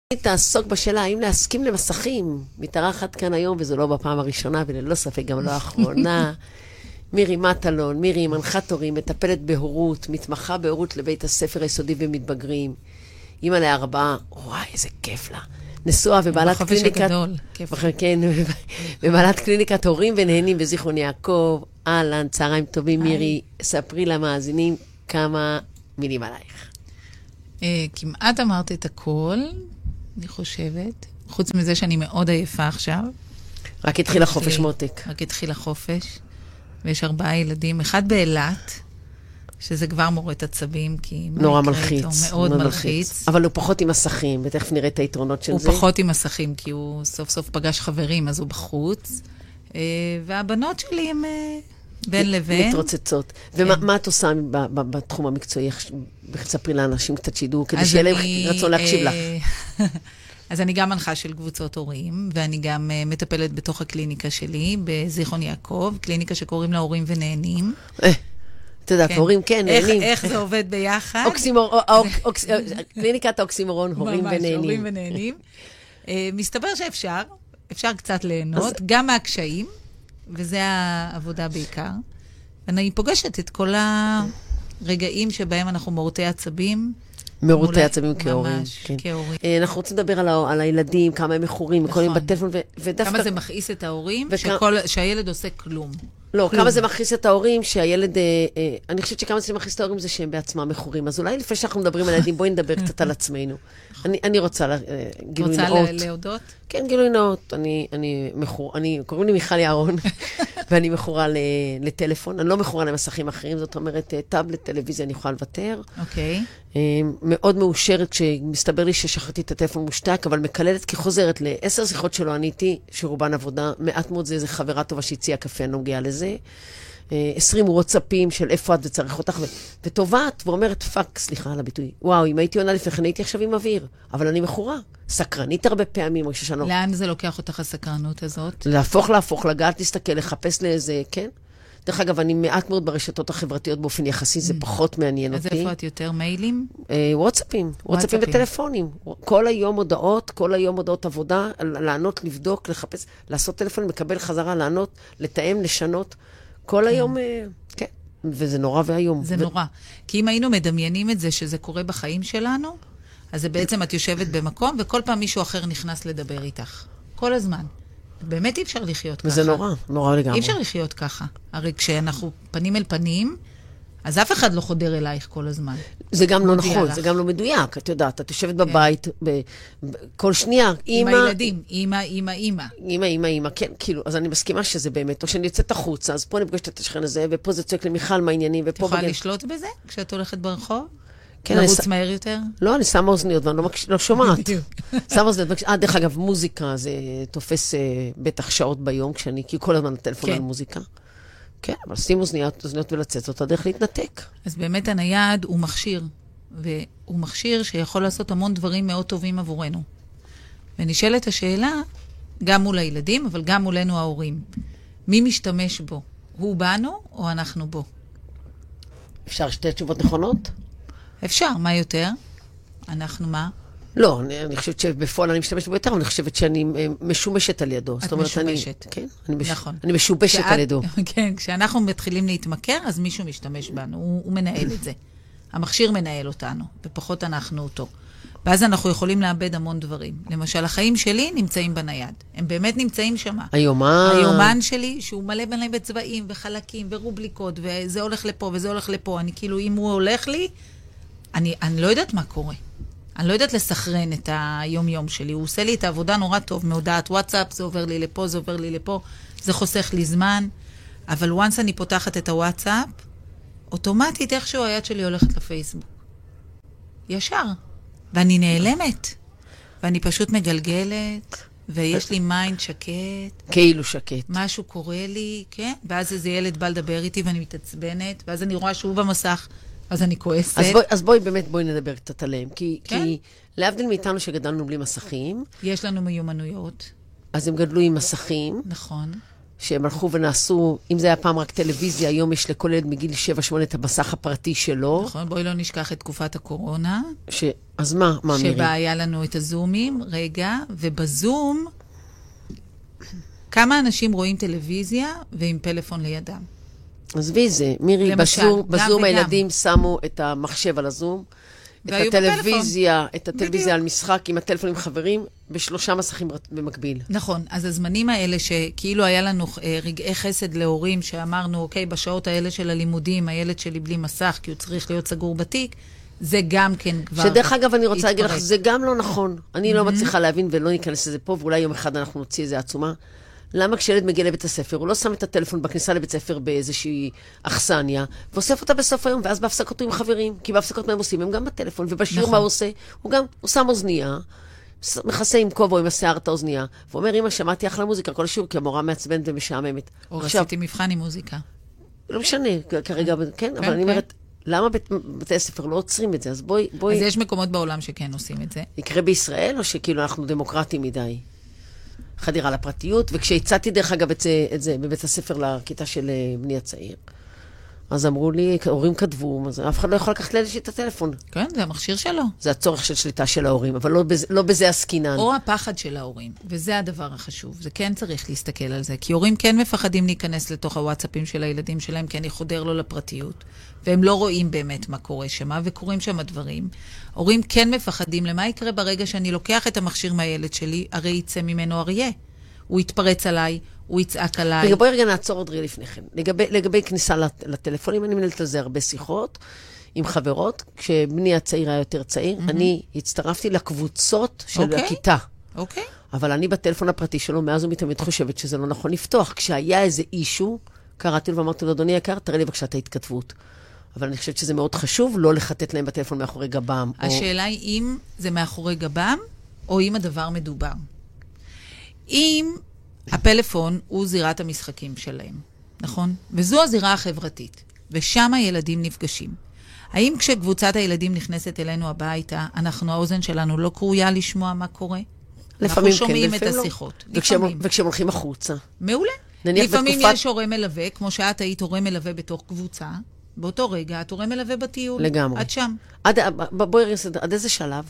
תעסוק בשאלה, האם להסכים למסכים, מתארחת כאן היום, וזו לא בפעם הראשונה, וללא ספק גם לא האחרונה. מירי מטלון, מירי מנחת הורים, מטפלת בהורות, מתמחה בהורות לבית הספר היסודי ומתבגרים. אמא ל4, וואי, איזה כיף לה. נשואה ובעלת קליניקת... כן, ובעלת קליניקת הורים ונהנים בזיכרון יעקב. אהלן, צהריים טובים, מירי. ספרי למאזינים כמה מילים עלייך. כמעט אמרת את הכל, אני חושבת. חוץ מזה שאני מאוד עייפה עכשיו. רק התחיל החופש מותק. רק התחיל החופש. ויש 4 ילדים, אחד באילת, שזה כבר מורד עצבים, כי... נורא מלחיץ. מאוד מלחיץ. אבל הוא פחות עם מסכים, ותכף נראה את היתרונות של זה. הוא פחות עם מסכים, כי הוא סוף סוף פגש חברים, אז הוא בחוץ. והבנות שלי הם בין לבין. מתרוצצות. ומה את עושה בתחום המקצועי? ספרי לאנשים קצת שידעו, כדי שיהיה להם רצון להקשיב לך. אז אני גם מנחה של קבוצות הורים, ואני גם מטפלת בתוך הקליניקה שלי, בזיכרון יעקב, קליניקה שקוראים לה הורים ונהנים. את יודעת, הורים כן, נהנים. איך זה עובד ביחד? קליניקת האוקסימורון, הורים ונהנים. ממש, הורים ונהנים. מסתבר אפשר קצת ליהנות, גם מהקשיים, וזה העבודה בעיקר. אני פוגשת את כל הרגעים שבהם אנחנו מורטי עצבים, מרותי עצבים כהורים. ממש, כהורים. אנחנו רוצים לדבר על הילדים, כמה הם מכורים, קוראים בטלפון, ודווקא... כמה זה מכעיס את ההורים, שהילד עושה כלום. לא, כמה זה מכעיס את ההורים, שהילד... אני חושבת שכמה זה מכעיס את ההורים זה שהם בעצמם מכורים. אז אולי לפני שאנחנו מדברים על ילדים, בואי נדבר קצת על עצמנו. אני רוצה גילוי נאות. רוצה להודות? כן, גילוי נאות. קוראים לי מיכל יערון, ואני מכורה לטלפון. אני לא מכורה למסכים אחרים, זאת אומרת, טאבלט, טלוויזיה, אני יכולה לוותר. אוקיי. מאוד מאושרת כשמסתבר לי ששכחתי את הטלפון מושתק, אבל מקללת כי חוזרת ל10 שיחות שלא עניתי, שרובן עבודה. מעט מאוד זה איזה חברה טובה שהציעה קפה, אני לא מגיעה לזה. 20 וואטסאפים של איפה את וצריך אותך, וטובעת, ואומרת פאק, סליחה על הביטוי, וואו, אם הייתי עונה לפני כן, הייתי עכשיו עם אוויר, אבל אני מכורה, סקרנית הרבה פעמים, או ששנו... לאן זה לוקח אותך הסקרנות הזאת? להפוך, לגעת, להסתכל, לחפש לאיזה, כן? דרך אגב, אני מעט מאוד ברשתות החברתיות באופן יחסי, זה פחות מעניין אותי. אז איפה את יותר? מיילים? וואטסאפים וטלפונים. כל היום הודעות עבודה, לענות, לבדוק, לחפש, לעשות טלפון, לקבל חזרה, לענות, לתאם, לשנות. כל היום, כן, וזה נורא והיום. זה נורא. כי אם היינו מדמיינים את זה שזה קורה בחיים שלנו, אז זה בעצם את יושבת במקום, וכל פעם מישהו אחר נכנס לדבר איתך. כל הזמן. באמת אי אפשר לחיות ככה. וזה נורא לגמרי. אי אפשר לחיות ככה. הרי כשאנחנו פנים אל פנים, אז אף אחד לא חודר אלייך כל הזמן. זה גם לא נכון, זה גם לא מדויק. את יודעת, את יושבת בבית, כל שנייה, עם הילדים, אמא, כן, כאילו, אז אני מסכימה שזה באמת, או שאני יוצאת החוצה, אז פה אני פגשת את השכן הזה, ופה זה צועק למיכל מעניינים, ופה... את יכולה לשלוט בזה כשאת הולכת ברחוב? לרוץ מהר יותר? לא, אני שמה אוזניות, ואני לא שומעת. שמה אוזניות. דרך אגב, מוזיקה, זה תופס בטח שעות ביום, כי כל הזמן הטלפון על מוזיקה. כן, אבל שים אוזניות ולצאת אותה דרך להתנתק. אז באמת הנייד הוא מכשיר, והוא מכשיר שיכול לעשות המון דברים מאוד טובים עבורנו. ונשאלת השאלה, גם מול הילדים, אבל גם מולנו ההורים. מי משתמש בו? הוא בנו או אנחנו בו? אפשר שתי תשובות נכונות? אפשר, מה יותר? אנחנו מה? לא, אני חושבת שבפועל אני משתמשת בו יותר, אבל אני חושבת שאני משומשת על ידו. את משומשת. כן, נכון. אני משובשת על ידו. כן, כשאנחנו מתחילים להתמכר, אז מישהו משתמש בנו, הוא מנהל את זה. המכשיר מנהל אותנו, ופחות אנחנו אותו. ואז אנחנו יכולים לאבד המון דברים. למשל, החיים שלי נמצאים בנייד. הם באמת נמצאים שם. היומן שלי, שהוא מלא בניים בצבעים וחלקים ורובליקות, וזה הולך לפה וזה הולך לפה. אני כאילו, אם הוא הולך לי, אני לא יודעת מה קורה. אני לא יודעת לסחרן את היום-יום שלי. הוא עושה לי את העבודה נורא טוב, מהודעת וואטסאפ, זה עובר לי לפה, זה עובר לי לפה, זה חוסך לי זמן. אבל once אני פותחת את הוואטסאפ, אוטומטית איכשהו היד שלי הולכת לפייסבוק. ישר. ואני נעלמת. ואני פשוט מגלגלת, ויש לי מיינד שקט. כאילו שקט. משהו קורה לי, כן? ואז איזה ילד בא לדבר איתי ואני מתעצבנת, ואז אני רואה שהוא במסך, אז אני כועסת. אז בואי נדבר קצת עליהם. כי להבדיל מאיתנו שגדלנו בלי מסכים. יש לנו מיומנויות. אז הם גדלו עם מסכים. נכון. שהם הלכו ונעשו, אם זה היה פעם רק טלוויזיה, היום יש לכל ילד מגיל 7-8 את המסך הפרטי שלו. נכון, בואי לא נשכח את תקופת הקורונה. אז מה מירי? שבה היה לנו את הזומים, רגע, ובזום, כמה אנשים רואים טלוויזיה ועם פלאפון לידם? עזבי זה, מירי, בזום הילדים שמו את המחשב על הזום, את הטלוויזיה על משחק עם הטלפון עם חברים, ב3 מסכים במקביל. נכון, אז הזמנים האלה שכאילו היה לנו רגעי חסד להורים, שאמרנו, אוקיי, בשעות האלה של הלימודים, הילד שלי בלי מסך, כי הוא צריך להיות סגור בתיק, זה גם כן כבר שדרך אגב, אני רוצה להגיד לך, זה גם לא נכון. אני לא מצליחה להבין ולא ניכנס לזה פה, ואולי יום אחד אנחנו נוציא איזה עצומה. למה כשילד מגיע לבית הספר, הוא לא שם את הטלפון בכניסה לבית הספר באיזושהי אכסניה, ואוסף אותה בסוף היום, ואז בהפסקות עם חברים, כי בהפסקות מה הם עושים, הם גם בטלפון, ובשיר מה הוא עושה? הוא שם אוזנייה, מכסה עם כובע או עם השיער את האוזנייה, ואומר, אמא, שמעתי אחלה מוזיקה, כל השיעור, כי המורה מעצבנת ומשעממת. או רציתי מבחן עם מוזיקה. לא משנה, כרגע, כן, אבל אני אומרת, למה בתי הספר לא עוצרים את זה? אז בואי... אז יש מקומות בעולם שכן עושים את זה. יקרה בישראל, או שכאילו אנחנו דמוקרטים מדי? חדירה לפרטיות, וכשהצעתי דרך אגב את זה בבית הספר לכיתה של בני הצעיר, אז אמרו לי, הורים כתבו, אז אף אחד לא יכול לקחת לילד את הטלפון. כן, זה המכשיר שלו. זה הצורך של שליטה של ההורים, אבל לא בזה עסקינן. או הפחד של ההורים, וזה הדבר החשוב. זה כן צריך להסתכל על זה, כי הורים כן מפחדים להיכנס לתוך הוואטסאפים של הילדים שלהם, כי אני חודר לו לפרטיות, והם לא רואים באמת מה קורה שמה, וקורים שם הדברים. הורים כן מפחדים למה יקרה ברגע שאני לוקח את המכשיר מהילד שלי, הרי יצא ממנו אריה. הוא יתפרץ עליי, הוא יצעק עליי. בואי רגע נעצור עוד רגע לפני כן. לגבי כניסה לטלפונים, אני מנהלת על זה הרבה שיחות עם חברות. כשבני הצעיר היה יותר צעיר, אני הצטרפתי לקבוצות של הכיתה. אוקיי. אבל אני בטלפון הפרטי שלו, מאז ומתמיד חושבת שזה לא נכון לפתוח. כשהיה איזה אישו, קראתי לו ואמרתי לו, אדוני יקר, תראה לי בבקשה את ההתכתבות. אבל אני חושבת שזה מאוד חשוב, לא לחטט להם בטלפון מאחורי גבם. השאלה היא אם זה מאחורי גבם, או אם הדבר מדובר. אם הפלאפון הוא זירת המשחקים שלהם, נכון? וזו הזירה החברתית, ושם הילדים נפגשים. האם כשקבוצת הילדים נכנסת אלינו הביתה, האוזן שלנו לא קרויה לשמוע מה קורה? לפעמים אנחנו שומעים את לא. השיחות. וכשהם הולכים החוצה. מעולה. לפעמים יש הורה מלווה, כמו שאת היית הורה מלווה בתוך קבוצה, באותו רגע את הורה מלווה בטיול. לגמרי. עד שם. בואי רגע, עד איזה שלב?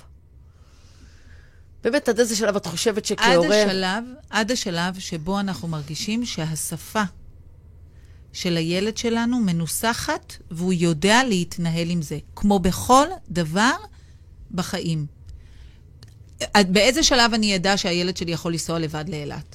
באמת, עד איזה שלב את חושבת שכהורה... עד השלב שבו אנחנו מרגישים שהשפה של הילד שלנו מנוסחת, והוא יודע להתנהל עם זה, כמו בכל דבר בחיים. באיזה שלב אני ידע שהילד שלי יכול לנסוע לבד לאילת?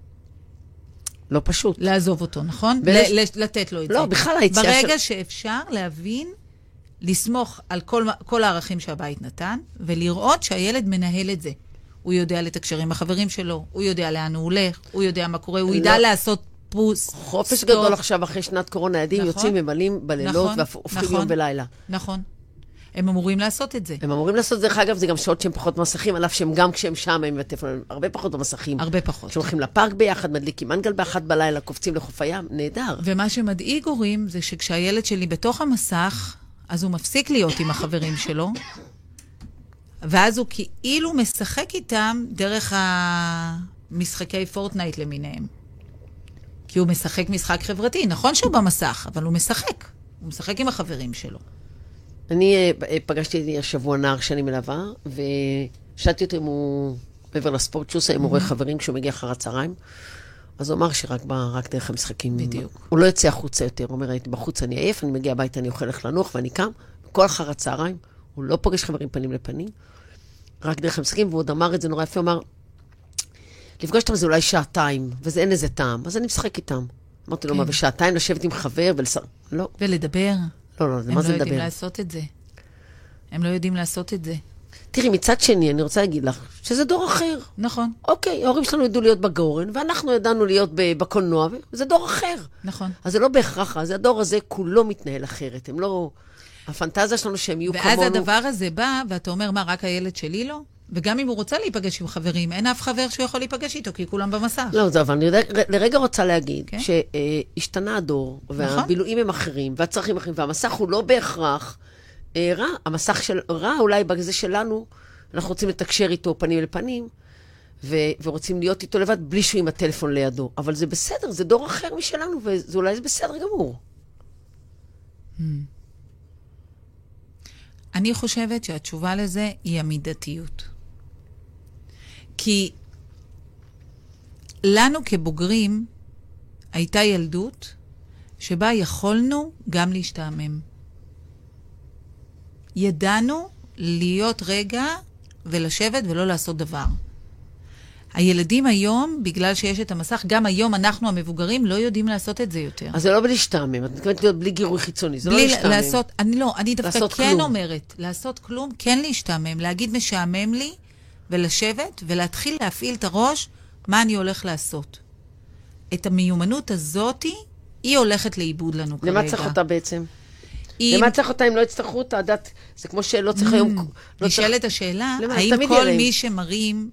לא פשוט. לעזוב אותו, נכון? לתת לו את זה. לא, בכלל היציאה של... ברגע שאפשר להבין, לסמוך על כל הערכים שהבית נתן, ולראות שהילד מנהל את זה. הוא יודע לתקשר עם החברים שלו, הוא יודע לאן הוא הולך, הוא יודע מה קורה, הוא ידע לעשות פוס. חופש גדול עכשיו אחרי שנת קורונה, ילדים יוצאים ממלאים בלילות והופכים יום ולילה. נכון. הם אמורים לעשות את זה. הם אמורים לעשות את זה, אגב, זה גם שעות שהם פחות במסכים, על אף שהם גם כשהם שם, הם בטלפון, הרבה פחות במסכים. הרבה פחות. שהולכים לפארק ביחד, מדליקים מנגל באחת בלילה, קופצים לחוף הים, נהדר. ומה שמדאיג הורים זה שכשהילד שלי בתוך המסך, אז הוא מפסיק להיות עם החברים שלו, ואז הוא כאילו משחק איתם דרך המשחקי פורטנייט למיניהם. כי הוא משחק משחק חברתי. נכון שהוא במסך, אבל הוא משחק. הוא משחק עם החברים שלו. אני פגשתי השבוע נער שאני מלווה, ושאלתי אותו אם הוא מעבר לספורט שהוא עושה, אם הוא רואה חברים כשהוא מגיע אחר הצהריים. אז הוא אמר רק דרך המשחקים. בדיוק. הוא לא יוצא החוצה יותר. הוא אומר, הייתי בחוץ, אני עייף, אני מגיע הביתה, אני אוכל לך לנוח, ואני קם. כל אחר הצהריים, הוא לא פוגש חברים פנים לפנים, רק דרך המשחקים, והוא עוד אמר את זה נורא יפה, הוא אמר, לפגוש אותם זה אולי שעתיים, וזה אין איזה טעם, אז אני משחק איתם. אמרתי לו, מה, בשעתיים לשבת עם חבר לא. ולדבר. לא, מה זה לדבר? הם לא יודעים לעשות את זה. הם לא יודעים לעשות את זה. תראי, מצד שני, אני רוצה להגיד לך, שזה דור אחר. נכון. אוקיי, ההורים שלנו ידעו להיות בגורן, ואנחנו ידענו להיות בקולנוע, וזה דור אחר. נכון. אז זה לא בהכרח, אז הדור הזה כולו מתנהל אחרת. הם לא... הפנטזיה שלנו שהם יהיו כמונו. ואז הדבר הזה בא, ואתה אומר, מה, רק הילד שלי לא? וגם אם הוא רוצה להיפגש עם חברים, אין אף חבר שהוא יכול להיפגש איתו, כי כולם במסך. לא, אבל אני לרגע רוצה להגיד, שהשתנה הדור, והבילויים הם אחרים, והצרכים אחרים, והמסך הוא לא בהכרח רע. המסך של רע, אולי בזה שלנו, אנחנו רוצים לתקשר איתו פנים אל פנים, ורוצים להיות איתו לבד בלי שהוא עם הטלפון לידו. אבל זה בסדר, זה דור אחר משלנו, ואולי זה בסדר גמור. אני חושבת שהתשובה לזה היא המידתיות. כי לנו כבוגרים הייתה ילדות שבה יכולנו גם להשתעמם. ידענו להיות רגע ולשבת ולא לעשות דבר. הילדים היום, בגלל שיש את המסך, גם היום אנחנו המבוגרים לא יודעים לעשות את זה יותר. אז זה לא בלהשתעמם, את מתכוונת להיות בלי גירוי חיצוני, זה לא להשתעמם. לעשות, אני דווקא כן אומרת, לעשות כלום, כן להשתעמם, להגיד משעמם לי, ולשבת, ולהתחיל להפעיל את הראש, מה אני הולך לעשות. את המיומנות הזאת, היא הולכת לאיבוד לנו כרגע. למה צריך אותה בעצם? למה צריך אותה אם לא יצטרכו אותה? זה כמו שלא צריך היום... נשאלת השאלה, האם כל מי שמרים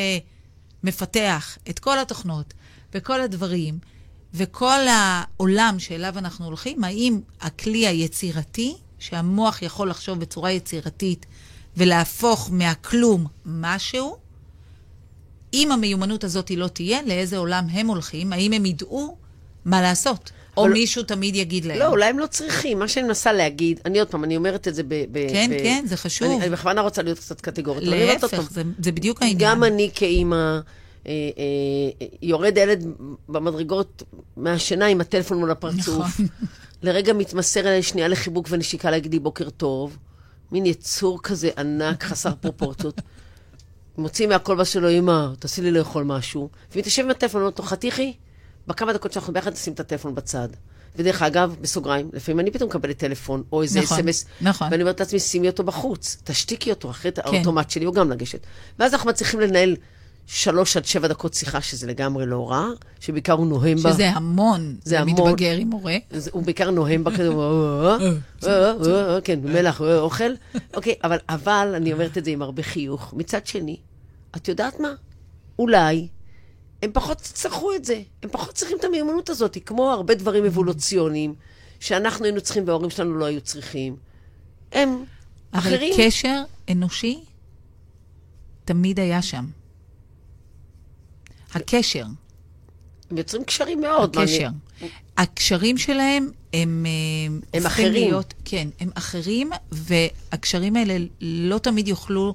ומפתח את כל התוכנות וכל הדברים וכל העולם שאליו אנחנו הולכים, האם הכלי היצירתי, שהמוח יכול לחשוב בצורה יצירתית ולהפוך מהכלום משהו, אם המיומנות הזאת לא תהיה, לאיזה עולם הם הולכים, האם הם ידעו מה לעשות? או מישהו תמיד יגיד להם. לא, אולי הם לא צריכים. מה שאני מנסה להגיד, אני עוד פעם, אני אומרת את זה כן, כן, זה חשוב. אני בכוונה רוצה להיות קצת קטגורית. להפך, זה בדיוק העניין. גם אני כאמא, יורד ילד במדרגות מהשינה עם הטלפון מול הפרצוף. לרגע מתמסר אליי שנייה לחיבוק ונשיקה להגיד לי בוקר טוב. מין יצור כזה ענק, חסר פרופורציות. מוציא מהכל שלו, אמא, תעשי לי לאכול משהו. ומתיישב עם הטלפון, אותו חתיכי, בכמה דקות שאנחנו ביחד נשים את הטלפון בצד. ודרך אגב, בסוגריים, לפעמים אני פתאום מקבלת טלפון, או איזה SMS, ואני אומרת לעצמי, שימי אותו בחוץ, תשתיקי אותו, אחרי האוטומט שלי, הוא גם לגשת. ואז אנחנו מצליחים לנהל 3 עד 7 דקות שיחה, שזה לגמרי לא רע, שבעיקר הוא נוהם בה. שזה המון, זה מתבגר עם מורה. הוא בעיקר נוהם בה כזה, כן, מלח, אוכל. אוקיי, אבל אני אומרת את זה עם הרבה חיוך. מצד שני, את יודעת מה? אולי הם פחות צריכו את זה. הם פחות צריכים את המיומנות הזאת, כמו הרבה דברים אבולוציוניים, שאנחנו היינו צריכים וההורים שלנו לא היו צריכים. הם אחרים. אבל קשר אנושי תמיד היה שם. הקשר. הם יוצרים קשרים מאוד. הקשר. הקשרים שלהם הם אחרים. כן, הם אחרים, והקשרים האלה לא תמיד יוכלו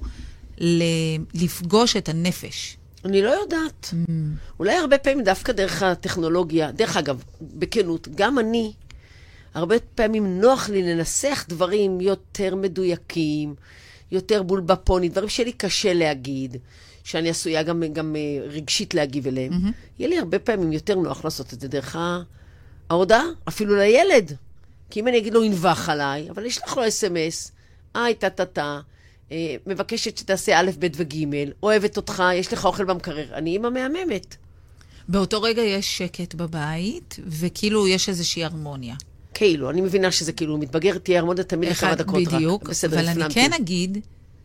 לפגוש את הנפש. אני לא יודעת. אולי הרבה פעמים דווקא דרך הטכנולוגיה, דרך אגב, בכנות, גם אני, הרבה פעמים נוח לי לנסח דברים יותר מדויקים, יותר בולבפוני, דברים שלי קשה להגיד, שאני עשויה גם רגשית להגיב אליהם. יהיה לי הרבה פעמים יותר נוח לעשות את זה דרך ההודעה, אפילו לילד. כי אם אני אגיד לו, ינבח עליי, אבל אני אשלח לו SMS, טה, מבקשת שתעשה א', ב' וג', אוהבת אותך, יש לך אוכל במקרר. אני אמא מהממת. באותו רגע יש שקט בבית, וכאילו יש איזושהי הרמוניה. כאילו, אני מבינה שזה כאילו מתבגר, תהיה הרמוניה תמיד לכמה דקות רק. בדיוק, אבל אני כן אגיד,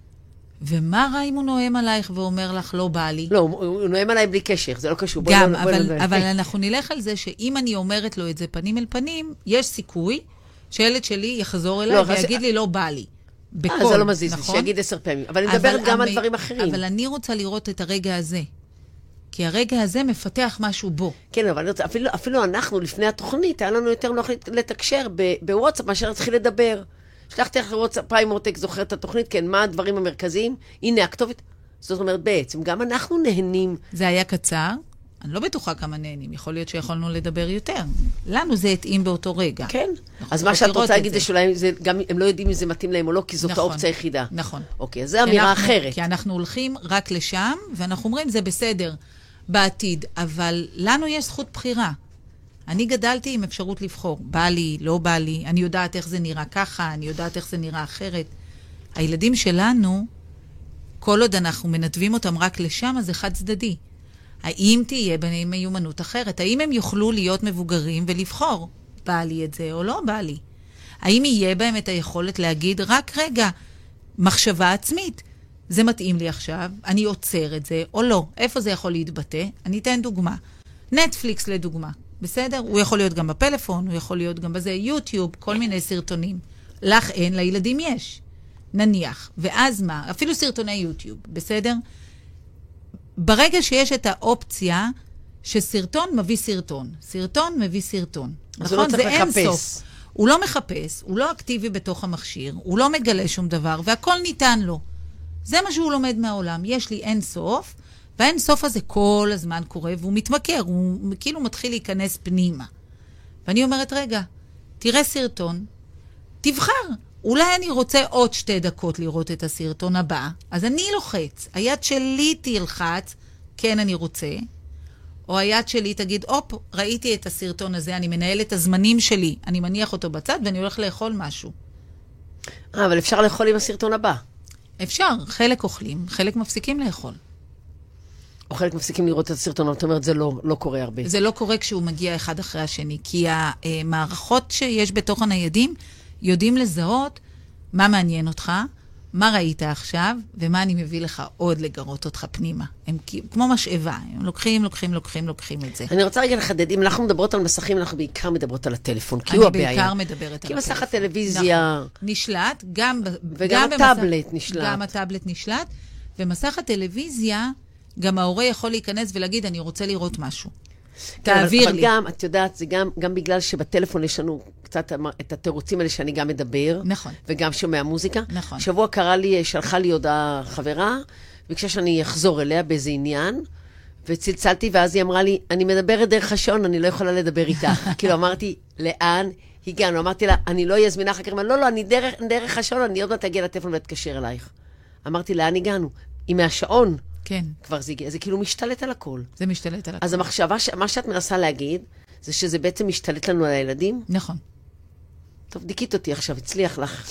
ומה רע אם הוא נועם עלייך ואומר לך, לא בא לי? לא, הוא נועם עליי בלי קשר, זה לא קשור. גם, אבל אנחנו נלך על זה שאם אני אומרת לו את זה פנים אל פנים, יש סיכוי שילד שלי יחזור אליי ויגיד לי, לא בא לי. זה לא מזיז לי, שיגיד 10 פעמים. אבל אני מדברת גם על דברים אחרים. אבל אני רוצה לראות את הרגע הזה. כי הרגע הזה מפתח משהו בו. כן, אבל אפילו אנחנו, לפני התוכנית, היה לנו יותר נוח לתקשר בוואטסאפ, מאשר להתחיל לדבר. שלחתי לך לוואטסאפ, פריימורטק, זוכר את התוכנית, כן, מה הדברים המרכזיים? הנה, הכתובת. זאת אומרת, בעצם, גם אנחנו נהנים. זה היה קצר. אני לא בטוחה כמה נהנים. יכול להיות שיכולנו לדבר יותר. לנו זה התאים באותו רגע. כן. אז מה שאת רוצה להגיד זה שאולי הם לא יודעים אם זה מתאים להם או לא, כי זאת האופציה היחידה. נכון. אוקיי, אז זו אמירה אחרת. כי אנחנו הולכים רק לשם, ואנחנו אומרים, זה בסדר בעתיד, אבל לנו יש זכות בחירה. אני גדלתי עם אפשרות לבחור. בא לי, לא בא לי, אני יודעת איך זה נראה ככה, אני יודעת איך זה נראה אחרת. הילדים שלנו, כל עוד אנחנו מנתבים אותם רק לשם, אז זה חד צדדי. האם תהיה ביניהם מיומנות אחרת? האם הם יוכלו להיות מבוגרים ולבחור? בא לי את זה או לא בא לי? האם יהיה בהם את היכולת להגיד, רק רגע, מחשבה עצמית, זה מתאים לי עכשיו, אני עוצר את זה או לא? איפה זה יכול להתבטא? אני אתן דוגמה. נטפליקס לדוגמה, בסדר? הוא יכול להיות גם בפלאפון, הוא יכול להיות גם בזה, יוטיוב, כל מיני סרטונים. לך אין, לילדים יש. נניח. ואז מה? אפילו סרטוני יוטיוב, בסדר? ברגע שיש את האופציה שסרטון מביא סרטון, סרטון מביא סרטון. נכון? זה אין סוף. הוא לא מחפש, הוא לא אקטיבי בתוך המכשיר, הוא לא מגלה שום דבר, והכל ניתן לו. זה מה שהוא לומד מהעולם. יש לי אין סוף, והאין סוף הזה כל הזמן קורה, והוא מתמכר, הוא כאילו מתחיל להיכנס פנימה. ואני אומרת, רגע, תראה סרטון, תבחר. אולי אני רוצה עוד 2 דקות לראות את הסרטון הבא, אז אני לוחץ. היד שלי תלחץ, כן אני רוצה, או היד שלי תגיד, אופ, ראיתי את הסרטון הזה, אני מנהל את הזמנים שלי, אני מניח אותו בצד ואני הולך לאכול משהו. אבל אפשר לאכול עם הסרטון הבא. אפשר, חלק אוכלים, חלק מפסיקים לאכול. או חלק מפסיקים לראות את הסרטון, זאת אומרת, זה לא קורה הרבה. זה לא קורה כשהוא מגיע אחד אחרי השני, כי המערכות שיש בתוך הניידים יודעים לזהות מה מעניין אותך, מה ראית עכשיו, ומה אני מביא לך עוד לגרות אותך פנימה. הם כמו משאבה, הם לוקחים את זה. אני רוצה רגע לחדד, אם אנחנו מדברות על מסכים, אנחנו בעיקר מדברות על הטלפון, כי הוא הבעיה. אני בעיקר מדברת על הטלפון. כי מסך הטלוויזיה... נשלט, וגם הטאבלט נשלט. גם הטאבלט נשלט, ומסך הטלוויזיה, גם ההורה יכול להיכנס ולהגיד, אני רוצה לראות משהו. תעביר לי. אבל גם, את יודעת, זה גם בגלל שבטלפון יש לנו קצת את התירוצים האלה שאני גם מדבר. נכון. וגם שומע מוזיקה. נכון. שבוע שלחה לי הודעה חברה, ביקשה שאני אחזור אליה באיזה עניין, וצלצלתי, ואז היא אמרה לי, אני מדברת דרך השעון, אני לא יכולה לדבר איתך. כאילו אמרתי, לאן הגענו? אמרתי לה, אני לא אזמינה אחר כך. לא, אני דרך השעון, אני עוד מעט אגיע לטלפון ואתקשר אלייך. אמרתי, לאן הגענו? היא מהשעון. כן. כבר זה כאילו משתלט על הכל. זה משתלט על הכל. אז המחשבה, מה שאת מנסה להגיד, זה שזה בעצם משתלט לנו על הילדים? נכון. טוב, דיקית אותי עכשיו, הצליח לך.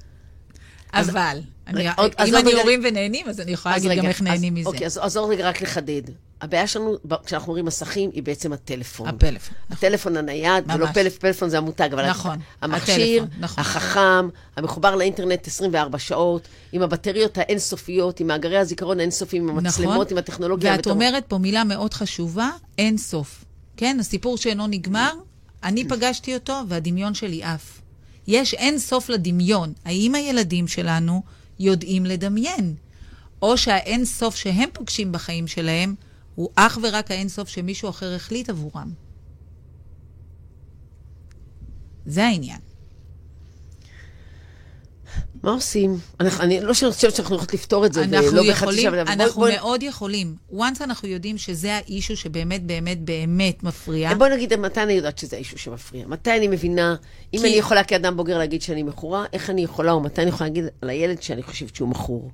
אבל, אם אני הורים ונהנים, אז אני יכולה להגיד גם איך נהנים מזה. אוקיי, אז עוד רגע רק לחדד. הבעיה שלנו, כשאנחנו אומרים מסכים, היא בעצם הטלפון. הפלאפון. הטלפון הנייד, ולא פלאפון זה המותג, אבל נכון. המכשיר, החכם, המחובר לאינטרנט 24 שעות, עם הבטריות האינסופיות, עם מאגרי הזיכרון האינסופיים, עם המצלמות, עם הטכנולוגיה. ואת אומרת פה מילה מאוד חשובה, אין סוף. כן, הסיפור שאינו נגמר, אני פגשתי אותו, והדמיון שלי אף. יש אין סוף לדמיון. האם הילדים שלנו יודעים לדמיין? או שהאין סוף שהם פוגשים בחיים שלהם, הוא אך ורק האין סוף שמישהו אחר החליט עבורם. זה העניין. מה עושים? אני לא חושבת שאנחנו יכולים לפתור את זה. אנחנו מאוד יכולים. once אנחנו יודעים שזה האישו שבאמת, באמת, באמת מפריע. בואי נגיד, מתי אני יודעת שזה האישו שמפריע? מתי אני מבינה, אם אני יכולה כאדם בוגר להגיד שאני מכורה, איך אני יכולה, או מתי אני יכולה להגיד על הילד שאני חושבת שהוא מכור?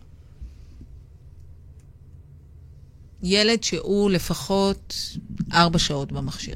ילד שהוא לפחות 4 שעות במכשיר.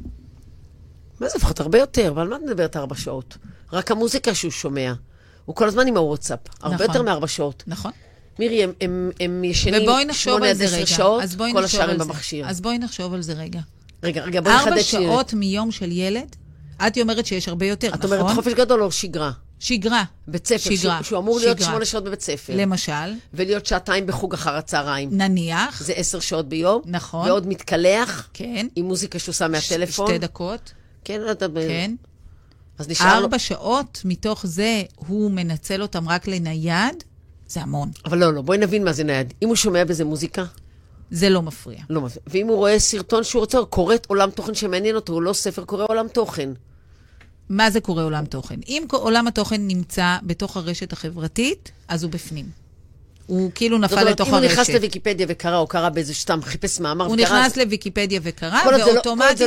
מה זה לפחות? הרבה יותר, אבל מה את מדברת 4 שעות? רק המוזיקה שהוא שומע. הוא כל הזמן עם הוואטסאפ. הרבה יותר מ4 שעות. נכון. מירי, הם ישנים 8-10 שעות, כל השאר הם במכשיר. אז בואי נחשוב על זה רגע. רגע, בואי נחדד 4 שעות מיום של ילד, את אומרת שיש הרבה יותר, נכון? את אומרת חופש גדול או שגרה? שגרה. בית ספר, שהוא אמור להיות 8 שעות בבית ספר. למשל. ולהיות 2 שעות בחוג אחר הצהריים. נניח. זה 10 שעות ביום. נכון. ועוד מתקלח. כן. עם מוזיקה שהוא שם מהטלפון. 2 דקות. כן. כן. אז נשאר 4 שעות מתוך זה הוא מנצל אותם רק לנייד, זה המון. אבל לא, בואי נבין מה זה נייד. אם הוא שומע בזה מוזיקה? זה לא מפריע. לא מפריע. ואם הוא רואה סרטון שהוא רוצה, קורא עולם תוכן שמעניין אותו, הוא לא ספר, קורא עולם תוכן. מה זה קורא עולם תוכן? אם עולם התוכן נמצא בתוך הרשת החברתית, אז הוא בפנים. הוא כאילו נפל לתוך הרשת. אם הוא נכנס לוויקיפדיה וקרא, או קרא באיזה שתם, חיפש מאמר, הוא נכנס לוויקיפדיה וקרא, ואוטומטית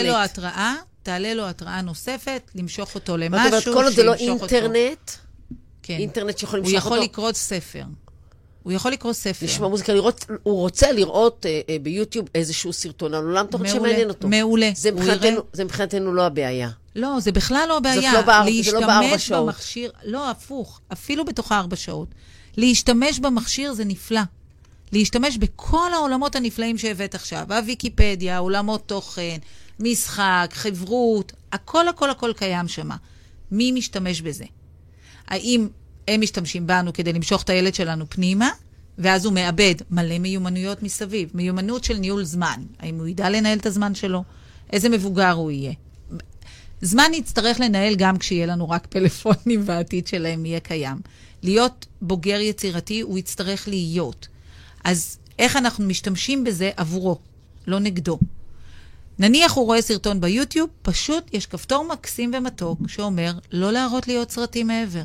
תעלה לו התראה נוספת, למשוך אותו למשהו. כל עוד זה לא אינטרנט, אינטרנט שיכול למשוך אותו. הוא יכול לקרוא ספר. הוא יכול לקרוא ספר. לשמוע מוזיקה, הוא רוצה לראות ביוטיוב איזשהו סרטון, על עולם תוכן שמעניין אותו. מעולה. זה מבחינתנו לא הבעיה. לא, זה בכלל לא הבעיה. זה לא ב4 שעות. במכשיר, לא, הפוך, אפילו בתוך 4 שעות. להשתמש במכשיר זה נפלא. להשתמש בכל העולמות הנפלאים שהבאת עכשיו. הוויקיפדיה, עולמות תוכן, משחק, חברות, הכל קיים שם. מי משתמש בזה? האם הם משתמשים בנו כדי למשוך את הילד שלנו פנימה, ואז הוא מאבד מלא מיומנויות מסביב. מיומנות של ניהול זמן. האם הוא ידע לנהל את הזמן שלו? איזה מבוגר הוא יהיה? זמן יצטרך לנהל גם כשיהיה לנו רק פלאפונים והעתיד שלהם יהיה קיים. להיות בוגר יצירתי הוא יצטרך להיות. אז איך אנחנו משתמשים בזה עבורו, לא נגדו. נניח הוא רואה סרטון ביוטיוב, פשוט יש כפתור מקסים ומתוק שאומר לא להראות לי עוד סרטים מעבר.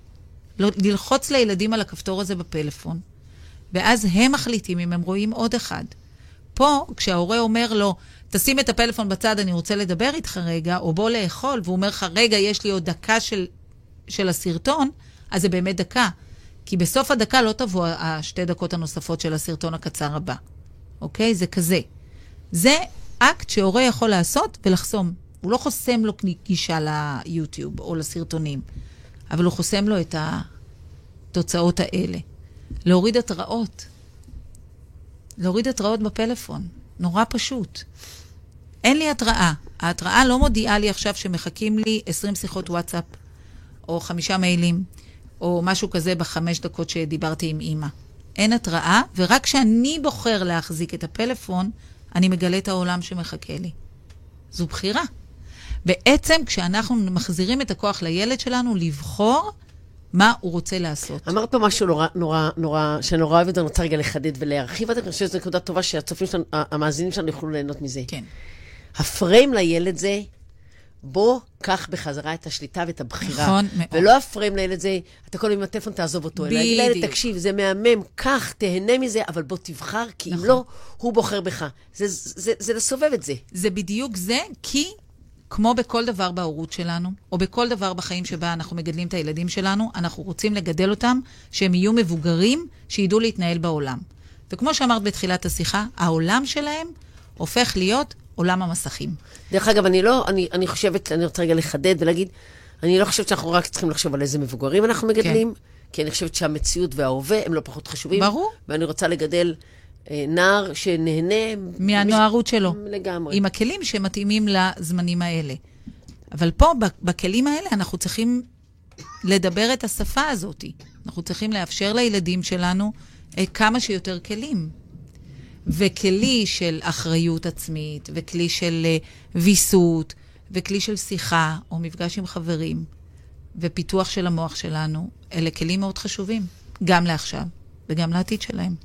ללחוץ לילדים על הכפתור הזה בפלאפון, ואז הם מחליטים אם הם רואים עוד אחד. פה, כשההורה אומר לו, תשים את הפלאפון בצד, אני רוצה לדבר איתך רגע, או בוא לאכול, והוא אומר לך, רגע, יש לי עוד דקה של הסרטון, אז זה באמת דקה. כי בסוף הדקה לא תבוא השתי דקות הנוספות של הסרטון הקצר הבא. אוקיי? זה כזה. זה אקט שההורה יכול לעשות ולחסום. הוא לא חוסם לו גישה ליוטיוב או לסרטונים, אבל הוא חוסם לו את התוצאות האלה. להוריד התראות. להוריד התראות בפלאפון. נורא פשוט. אין לי התראה. ההתראה לא מודיעה לי עכשיו שמחכים לי 20 שיחות וואטסאפ, או 5 מיילים, או משהו כזה ב5 דקות שדיברתי עם אמא. אין התראה, ורק כשאני בוחר להחזיק את הפלאפון, אני מגלה את העולם שמחכה לי. זו בחירה. בעצם כשאנחנו מחזירים את הכוח לילד שלנו, לבחור מה הוא רוצה לעשות. אמרת פה משהו נורא, שנורא אוהבת, אני רוצה רגע לחדד ולהרחיב, אני חושבת שזו נקודה טובה שהצופים שלנו, המאזינים שלנו יוכלו ליהנות מזה. כן. הפריים לילד זה, בוא, קח בחזרה את השליטה ואת הבחירה. נכון מאוד. ולא הפריים לילד זה, אתה כל עם הטלפון תעזוב אותו. אלא להגיד לילד, תקשיב, זה מהמם, קח, תהנה מזה, אבל בוא תבחר, כי נכון. אם לא, הוא בוחר בך. זה לסובב את זה. זה בדיוק זה, כי כמו בכל דבר בהורות שלנו, או בכל דבר בחיים שבה אנחנו מגדלים את הילדים שלנו, אנחנו רוצים לגדל אותם שהם יהיו מבוגרים, שידעו להתנהל בעולם. וכמו שאמרת בתחילת השיחה, העולם שלהם הופך להיות עולם המסכים. דרך אגב, אני חושבת, אני רוצה רגע לחדד ולהגיד, אני לא חושבת שאנחנו רק צריכים לחשוב על איזה מבוגרים אנחנו מגדלים, כי אני חושבת שהמציאות וההווה הם לא פחות חשובים. ברור. ואני רוצה לגדל נער שנהנה מהנוערות שלו. לגמרי. עם הכלים שמתאימים לזמנים האלה. אבל פה, בכלים האלה, אנחנו צריכים לדבר את השפה הזאת. אנחנו צריכים לאפשר לילדים שלנו כמה שיותר כלים. וכלי של אחריות עצמית, וכלי של ויסות, וכלי של שיחה, או מפגש עם חברים, ופיתוח של המוח שלנו, אלה כלים מאוד חשובים, גם לעכשיו, וגם לעתיד שלהם.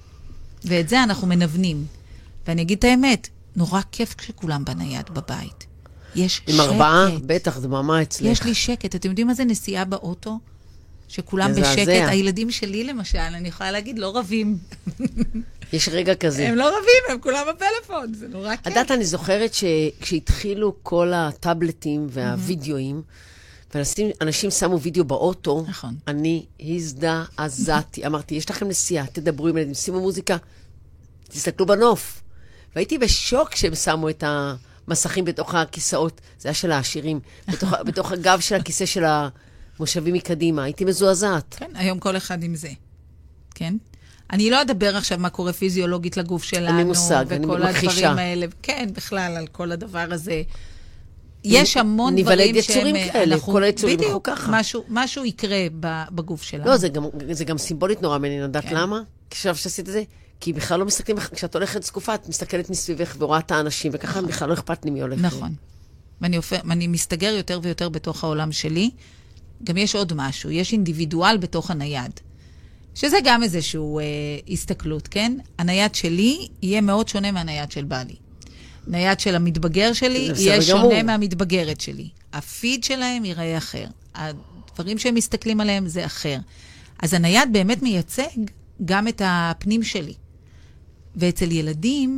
ואת זה אנחנו מנבנים. ואני אגיד את האמת, נורא כיף כשכולם בנייד בבית. יש שקט. עם 4, בטח, זה ממש אצלך. יש לי שקט. אתם יודעים מה זה נסיעה באוטו? שכולם בשקט. הילדים שלי, למשל, אני יכולה להגיד, לא רבים. יש רגע כזה. הם לא רבים, הם כולם בפלאפון. זה נורא כיף. עדת, אני זוכרת שכשהתחילו כל הטאבלטים והווידאוים, ואנשים שמו וידאו באוטו, נכון. אני הזדעזעתי. אמרתי, יש לכם נסיעה, תדברו עם ילדים, שימו מוזיקה, תסתכלו בנוף. והייתי בשוק כשהם שמו את המסכים בתוך הכיסאות, זה היה של העשירים, בתוך הגב של הכיסא של המושבים מקדימה. הייתי מזועזעת. כן, היום כל אחד עם זה. כן? אני לא אדבר עכשיו מה קורה פיזיולוגית לגוף שלנו. אני מושג, אני מכחישה. וכל הדברים האלה. כן, בכלל, על כל הדבר הזה. יש המון דברים יצורים כאלה, כל היצורים ילכו ככה. משהו יקרה בגוף שלנו. לא, זה גם סימבולית נורא מעניין, יודעת למה? כשאף שעשית את זה, כי בכלל לא מסתכלים, כשאת הולכת זקופה, את מסתכלת מסביבך ורואה את האנשים, וככה בכלל לא אכפת לי מי הולך. נכון. ואני מסתגר יותר ויותר בתוך העולם שלי. גם יש עוד משהו, יש אינדיבידואל בתוך הנייד. שזה גם איזשהו הסתכלות, כן? הנייד שלי יהיה מאוד שונה מהנייד של בעלי. נייד של המתבגר שלי יהיה שונה מהמתבגרת שלי. הפיד שלהם ייראה אחר. הדברים שהם מסתכלים עליהם זה אחר. אז הנייד באמת מייצג גם את הפנים שלי. ואצל ילדים,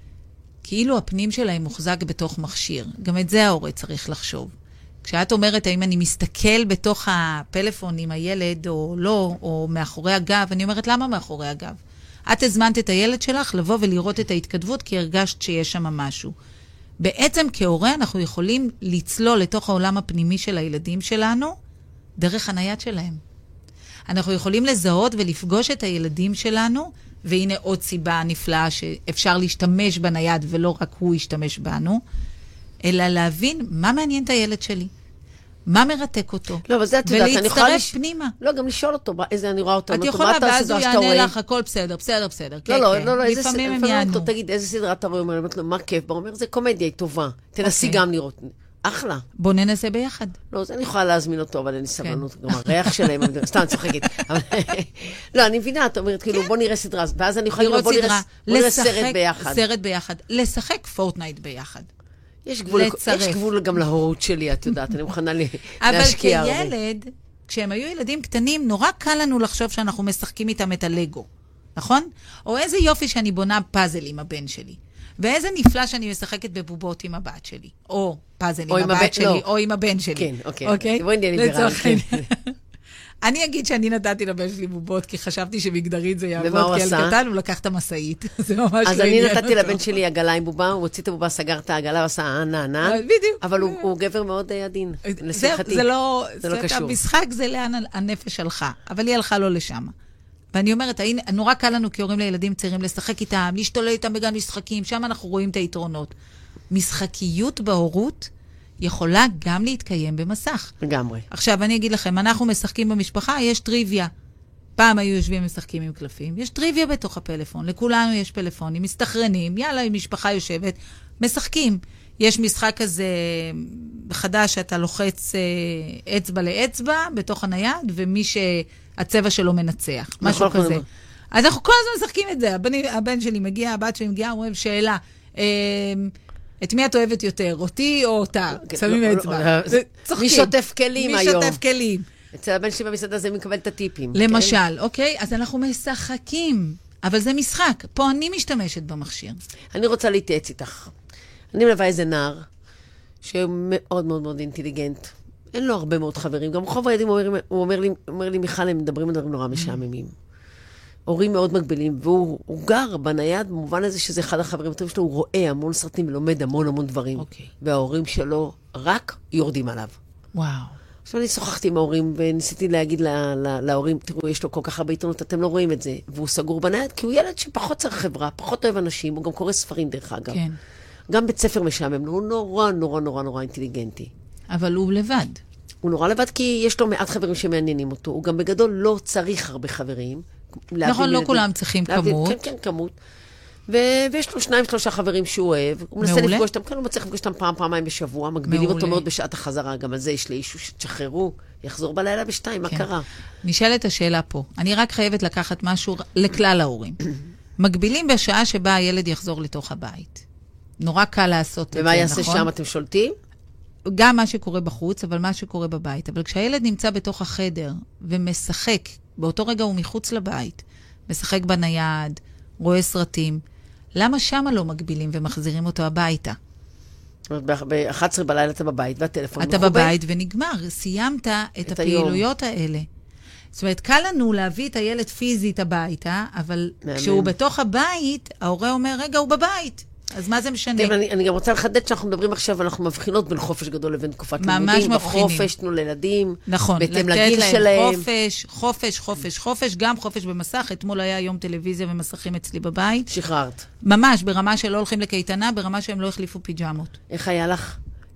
כאילו הפנים שלהם מוחזק בתוך מכשיר. גם את זה ההורה צריך לחשוב. כשאת אומרת, האם אני מסתכל בתוך הפלאפון עם הילד או לא, או מאחורי הגב, אני אומרת, למה מאחורי הגב? את הזמנת את הילד שלך לבוא ולראות את ההתכתבות, כי הרגשת שיש שם משהו. בעצם כהורה אנחנו יכולים לצלול לתוך העולם הפנימי של הילדים שלנו, דרך הנייד שלהם. אנחנו יכולים לזהות ולפגוש את הילדים שלנו, והנה עוד סיבה נפלאה שאפשר להשתמש בנייד ולא רק הוא ישתמש בנו, אלא להבין מה מעניין את הילד שלי. מה מרתק אותו? לא, אבל זה את יודעת, אני יכולה... ולהצטרף פנימה. לא, גם לשאול אותו, איזה אני רואה אותו. את יכולה, ואז הוא יענה לך, הכל בסדר. לא, לפעמים הם יענו. תגיד, איזה סדרה אתה רואה? אומרת לו, מה כיף? הוא אומר, זה קומדיה, היא טובה. תנסי גם לראות. אחלה. בוא ננסה ביחד. לא, אני יכולה להזמין אותו, אבל אין לי סבלנות. גם הריח שלהם, סתם צוחקת. לא, אני מבינה, את אומרת, כאילו, בוא נראה סדרה, ואז אני יכולה לראות, בוא נראה סרט ביחד. סרט ביחד. לשחק פורטנייט ביחד. יש גבול גם להורות שלי, את יודעת, אני מוכנה להשקיע הרבה. אבל כילד, כשהם היו ילדים קטנים, נורא קל לנו לחשוב שאנחנו משחקים איתם את הלגו, נכון? או איזה יופי שאני בונה פאזל עם הבן שלי. ואיזה נפלא שאני משחקת בבובות עם הבת שלי. או פאזל עם הבת שלי, או עם הבן שלי. כן, אוקיי. בואי נהיה ליברל. אני אגיד שאני נתתי לבן שלי בובות, כי חשבתי שמגדרית זה יעבוד. ומה הוא עשה? כי על קטן הוא לקח את המסעית. זה ממש לא עניין אותו. אז אני נתתי לבן שלי עגלה עם בובה, הוא הוציא את הבובה, סגר את העגלה, ועשה נענה. בדיוק. אבל הוא גבר מאוד עדין, לשמחתי. זה לא קשור. המשחק זה לאן הנפש הלכה, אבל היא הלכה לו לשם. ואני אומרת, נורא קל לנו כהורים לילדים צעירים לשחק איתם, להשתולל איתם בגן משחקים, שם אנחנו רואים את היתרונות. משחקיות בהורות יכולה גם להתקיים במסך. לגמרי. עכשיו, אני אגיד לכם, אנחנו משחקים במשפחה, יש טריוויה. פעם היו יושבים משחקים עם קלפים, יש טריוויה בתוך הפלאפון, לכולנו יש פלאפונים, מסתחרנים, יאללה, משפחה יושבת, משחקים. יש משחק כזה חדש, שאתה לוחץ אצבע לאצבע בתוך הנייד, ומי שהצבע שלו מנצח, משהו כזה. אז אנחנו כל הזמן משחקים את זה. הבן שלי מגיע, הבת שלי מגיעה, אומרים, שאלה, את מי את אוהבת יותר, אותי או אותה? שמים אצבע. מי שוטף כלים היום. מי שוטף כלים. אצל הבן שלי במסעדה זה מקבל את הטיפים. למשל, אוקיי? אז אנחנו משחקים, אבל זה משחק. פה אני משתמשת במכשיר. אני רוצה להתייעץ איתך. אני מלווה איזה נער, שהוא מאוד מאוד מאוד אינטליגנט. אין לו הרבה מאוד חברים. גם רחוב הילדים הוא אומר לי, מיכל, הם מדברים על דברים נורא משעממים. הורים מאוד מגבילים, והוא גר בנייד, במובן הזה שזה אחד החברים הטובים שלו, הוא רואה המון סרטים ולומד המון דברים. וההורים שלו רק יורדים עליו. וואו. עכשיו אני שוחחתי עם ההורים, וניסיתי להגיד להורים, תראו, יש לו כל כך הרבה עיתונות, אתם לא רואים את זה. והוא סגור בנייד, כי הוא ילד שפחות צריך חברה, פחות אוהב אנשים, הוא גם קורא ספרים דרך אגב. כן. גם בית ספר משעמם, הוא נורא אינטליגנטי. אבל הוא לבד. הוא נורא לבד, כי יש לו מעט חברים שמעניינים אותו. הוא גם בגדול לא צריך הרבה חברים. נכון, לא כולם צריכים כמות. כן, כמות. ויש לו 2-3 חברים שהוא אוהב. הוא מנסה לפגוש אותם, כאן הוא מצליח לפגוש אותם פעמיים בשבוע. מגבילים אותו מאוד בשעת החזרה. גם על זה יש לי אישו שתשחררו. יחזור בלילה ב-2, מה קרה? נשאלת השאלה פה. אני רק חייבת לקחת משהו לכלל ההורים. מגבילים בשעה שבה הילד יחזור לתוך הבית. נורא קל לעשות את זה, נכון? ומה יעשה שם? אתם שולטים? גם מה שקורה בחוץ, אבל מה שקורה בבית. אבל כשהילד נמצא בתוך החדר ומשחק, באותו רגע הוא מחוץ לבית, משחק בנייד, רואה סרטים, למה שמה לא מגבילים ומחזירים אותו הביתה? ב-11 בלילה אתה בבית והטלפון אתה בבית ונגמר, סיימת את הפעילויות האלה. זאת אומרת, קל לנו להביא את הילד פיזית הביתה, אבל כשהוא בתוך הבית, ההורה אומר, רגע, הוא בבית. אז מה זה משנה? אני גם רוצה לחדד שאנחנו מדברים עכשיו, אנחנו מבחינות בין חופש גדול לבין תקופת לימודים. ממש מבחינים. חופש תנו לילדים. נכון. בהתאם לגיל שלהם. חופש, גם חופש במסך. אתמול היה יום טלוויזיה ומסכים אצלי בבית. שחררת. ממש, ברמה שלא הולכים לקייטנה, ברמה שהם לא החליפו פיג'מות. איך היה לך?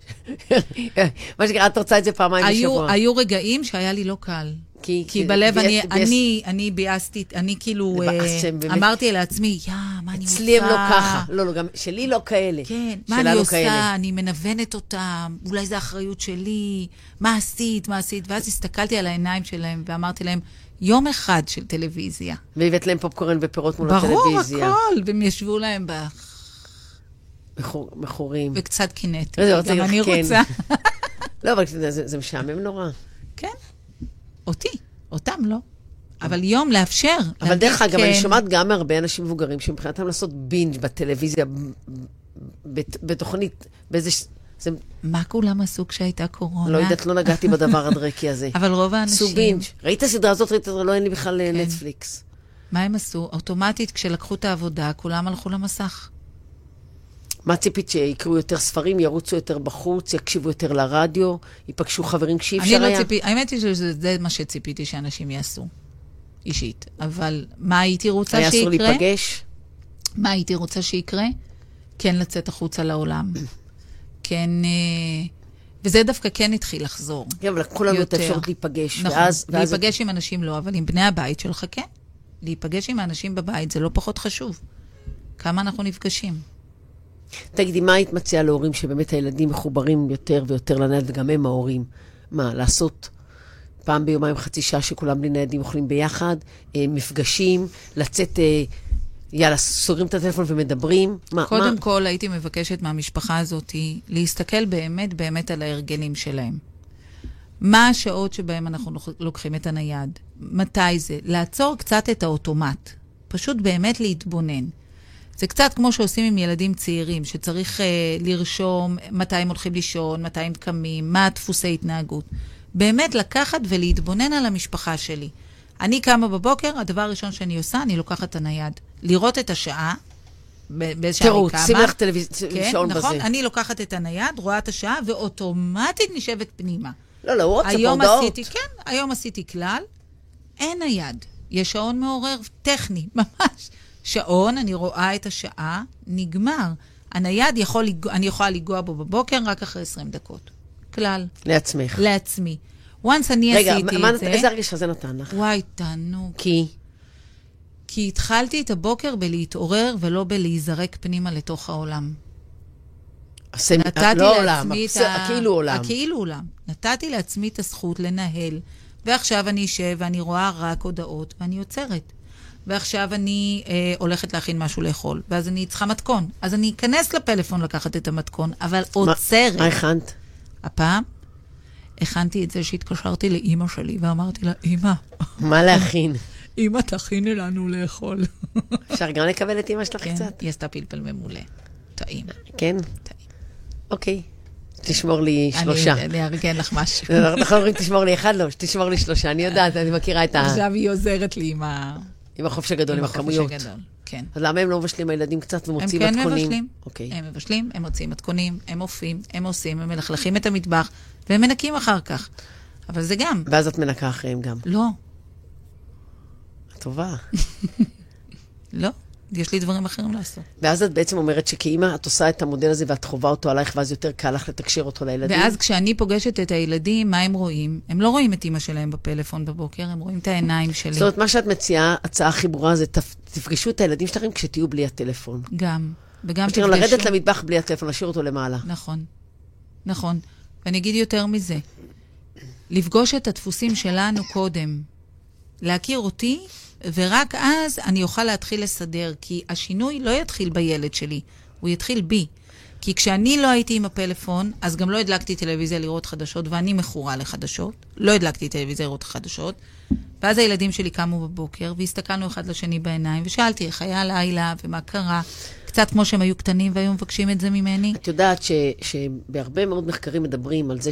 מה שקרה, את רוצה את זה פעמיים בשבוע. היו רגעים שהיה לי לא קל. כי בלב אני ביאסתי, אני כאילו אמרתי לעצמי, מה אני עושה? אצלי הם לא ככה. לא, גם שלי לא כאלה. כן, מה אני עושה? אני מנוונת אותם, אולי זה האחריות שלי, מה עשית? ואז הסתכלתי על העיניים שלהם ואמרתי להם, יום אחד של טלוויזיה. והבאת להם פופקורן ופירות מול הטלוויזיה. ברור, הכל, והם ישבו להם מכורים. וקצת קינט. גם אני רוצה. לא, אבל זה משעמם נורא. כן. אותם לא. אבל יום לאפשר. אבל דרך אגב, אני שומעת גם מהרבה אנשים מבוגרים שמבחינתם לעשות בינג' בטלוויזיה, בתוכנית, באיזה... מה כולם עשו כשהייתה קורונה? לא יודעת, לא נגעתי בדבר הדרקי הזה. אבל רוב האנשים... עשו בינג'. ראית הסדרה הזאת? לא, אין לי בכלל נטפליקס. מה הם עשו? אוטומטית, כשלקחו את העבודה, כולם הלכו למסך. מה ציפית? שיקראו יותר ספרים, ירוצו יותר בחוץ, יקשיבו יותר לרדיו, ייפגשו חברים כשאי אפשר היה? האמת היא שזה מה שציפיתי שאנשים יעשו, אישית. אבל מה הייתי רוצה שיקרה? היה אסור להיפגש? מה הייתי רוצה שיקרה? כן לצאת החוצה לעולם. כן, וזה דווקא כן התחיל לחזור. כן, אבל כולנו את האפשרות להיפגש. נכון, להיפגש עם אנשים לא, אבל עם בני הבית שלך כן. להיפגש עם האנשים בבית זה לא פחות חשוב. כמה אנחנו נפגשים? תגידי, מה היית מציעה להורים שבאמת הילדים מחוברים יותר ויותר לנייד, וגם הם ההורים? מה, לעשות פעם ביומיים חצי שעה שכולם בלי ניידים אוכלים ביחד, מפגשים, לצאת, יאללה, סוגרים את הטלפון ומדברים? קודם כל, הייתי מבקשת מהמשפחה הזאת להסתכל באמת באמת על ההרגלים שלהם. מה השעות שבהם אנחנו לוקחים את הנייד? מתי זה? לעצור קצת את האוטומט. פשוט באמת להתבונן. זה קצת כמו שעושים עם ילדים צעירים, שצריך לרשום מתי הם הולכים לישון, מתי הם קמים, מה דפוסי התנהגות. באמת לקחת ולהתבונן על המשפחה שלי. אני קמה בבוקר, הדבר הראשון שאני עושה, אני לוקחת את הנייד. לראות את השעה, באיזה שעה היא קמה. שים לך שעון בזה. נכון, אני לוקחת את הנייד, רואה את השעה, ואוטומטית נשבת פנימה. לא, וואטסאפ, הודעות. היום עשיתי כלל, אין נייד. יש שעון מעורר טכני, ממש. שעון, אני רואה את השעה, נגמר. הנייד אני יכולה לגוע בו בבוקר רק אחרי 20 דקות. כלל. לעצמך. לעצמי. once אני עשיתי את זה... איזה הרגש הזה נתן לך? וואי, תענוג. כי התחלתי את הבוקר בלהתעורר ולא בלהיזרק פנימה לתוך העולם. לא עולם, הכאילו עולם. הכאילו עולם. נתתי לעצמי את הזכות לנהל, ועכשיו אני אשב ואני רואה רק הודעות ואני יוצרת. ועכשיו אני הולכת להכין משהו לאכול, ואז אני צריכה מתכון. אז אני אכנס לפלאפון לקחת את המתכון, אבל עוצרת. מה הכנת? הפעם הכנתי את זה שהתקשרתי לאמא שלי, ואמרתי לה, אמא. מה להכין? אמא, תכיני לנו לאכול. אפשר גם לקבל את אמא שלך קצת? כן, היא עשתה פלפל ממולא. טעים. כן? טעים. אוקיי. תשמור לי 3. אני ארגן לך משהו. אנחנו אומרים, תשמור לי 1, לא, תשמור לי 3. אני יודעת, אני מכירה את עכשיו היא עוזרת לי עם החופש הגדול, עם הכמויות. כן. אז למה הם לא מבשלים הילדים קצת ומוציאים מתכונים? הם כן מבשלים. אוקיי. הם מבשלים, הם מוציאים מתכונים, הם אופים, הם עושים, הם מלכלכים את המטבח, והם מנקים אחר כך. אבל זה גם. ואז את מנקה אחריהם גם. לא. טובה. לא. יש לי דברים אחרים לעשות. ואז את בעצם אומרת שכאמא את עושה את המודל הזה ואת חובה אותו עלייך, ואז יותר קל לך לתקשר אותו לילדים. ואז כשאני פוגשת את הילדים, מה הם רואים? הם לא רואים את אמא שלהם בפלאפון בבוקר, הם רואים את העיניים שלי. זאת אומרת, מה שאת מציעה, הצעה הכי ברורה, זה תפגשו את הילדים שלכם כשתהיו בלי הטלפון. גם. וגם תפגשו. לרדת למטבח בלי הטלפון, להשאיר אותו למעלה. נכון. נכון. ואני אגיד יותר מזה. לפגוש את הדפוסים שלנו קודם. להכיר אותי, ורק אז אני אוכל להתחיל לסדר, כי השינוי לא יתחיל בילד שלי, הוא יתחיל בי. כי כשאני לא הייתי עם הפלאפון, אז גם לא הדלקתי טלוויזיה לראות חדשות, ואני מכורה לחדשות. לא הדלקתי טלוויזיה לראות חדשות. ואז הילדים שלי קמו בבוקר, והסתכלנו אחד לשני בעיניים, ושאלתי איך היה הלילה, ומה קרה. קצת כמו שהם היו קטנים, והיו מבקשים את זה ממני. את יודעת שבהרבה מאוד מחקרים מדברים על זה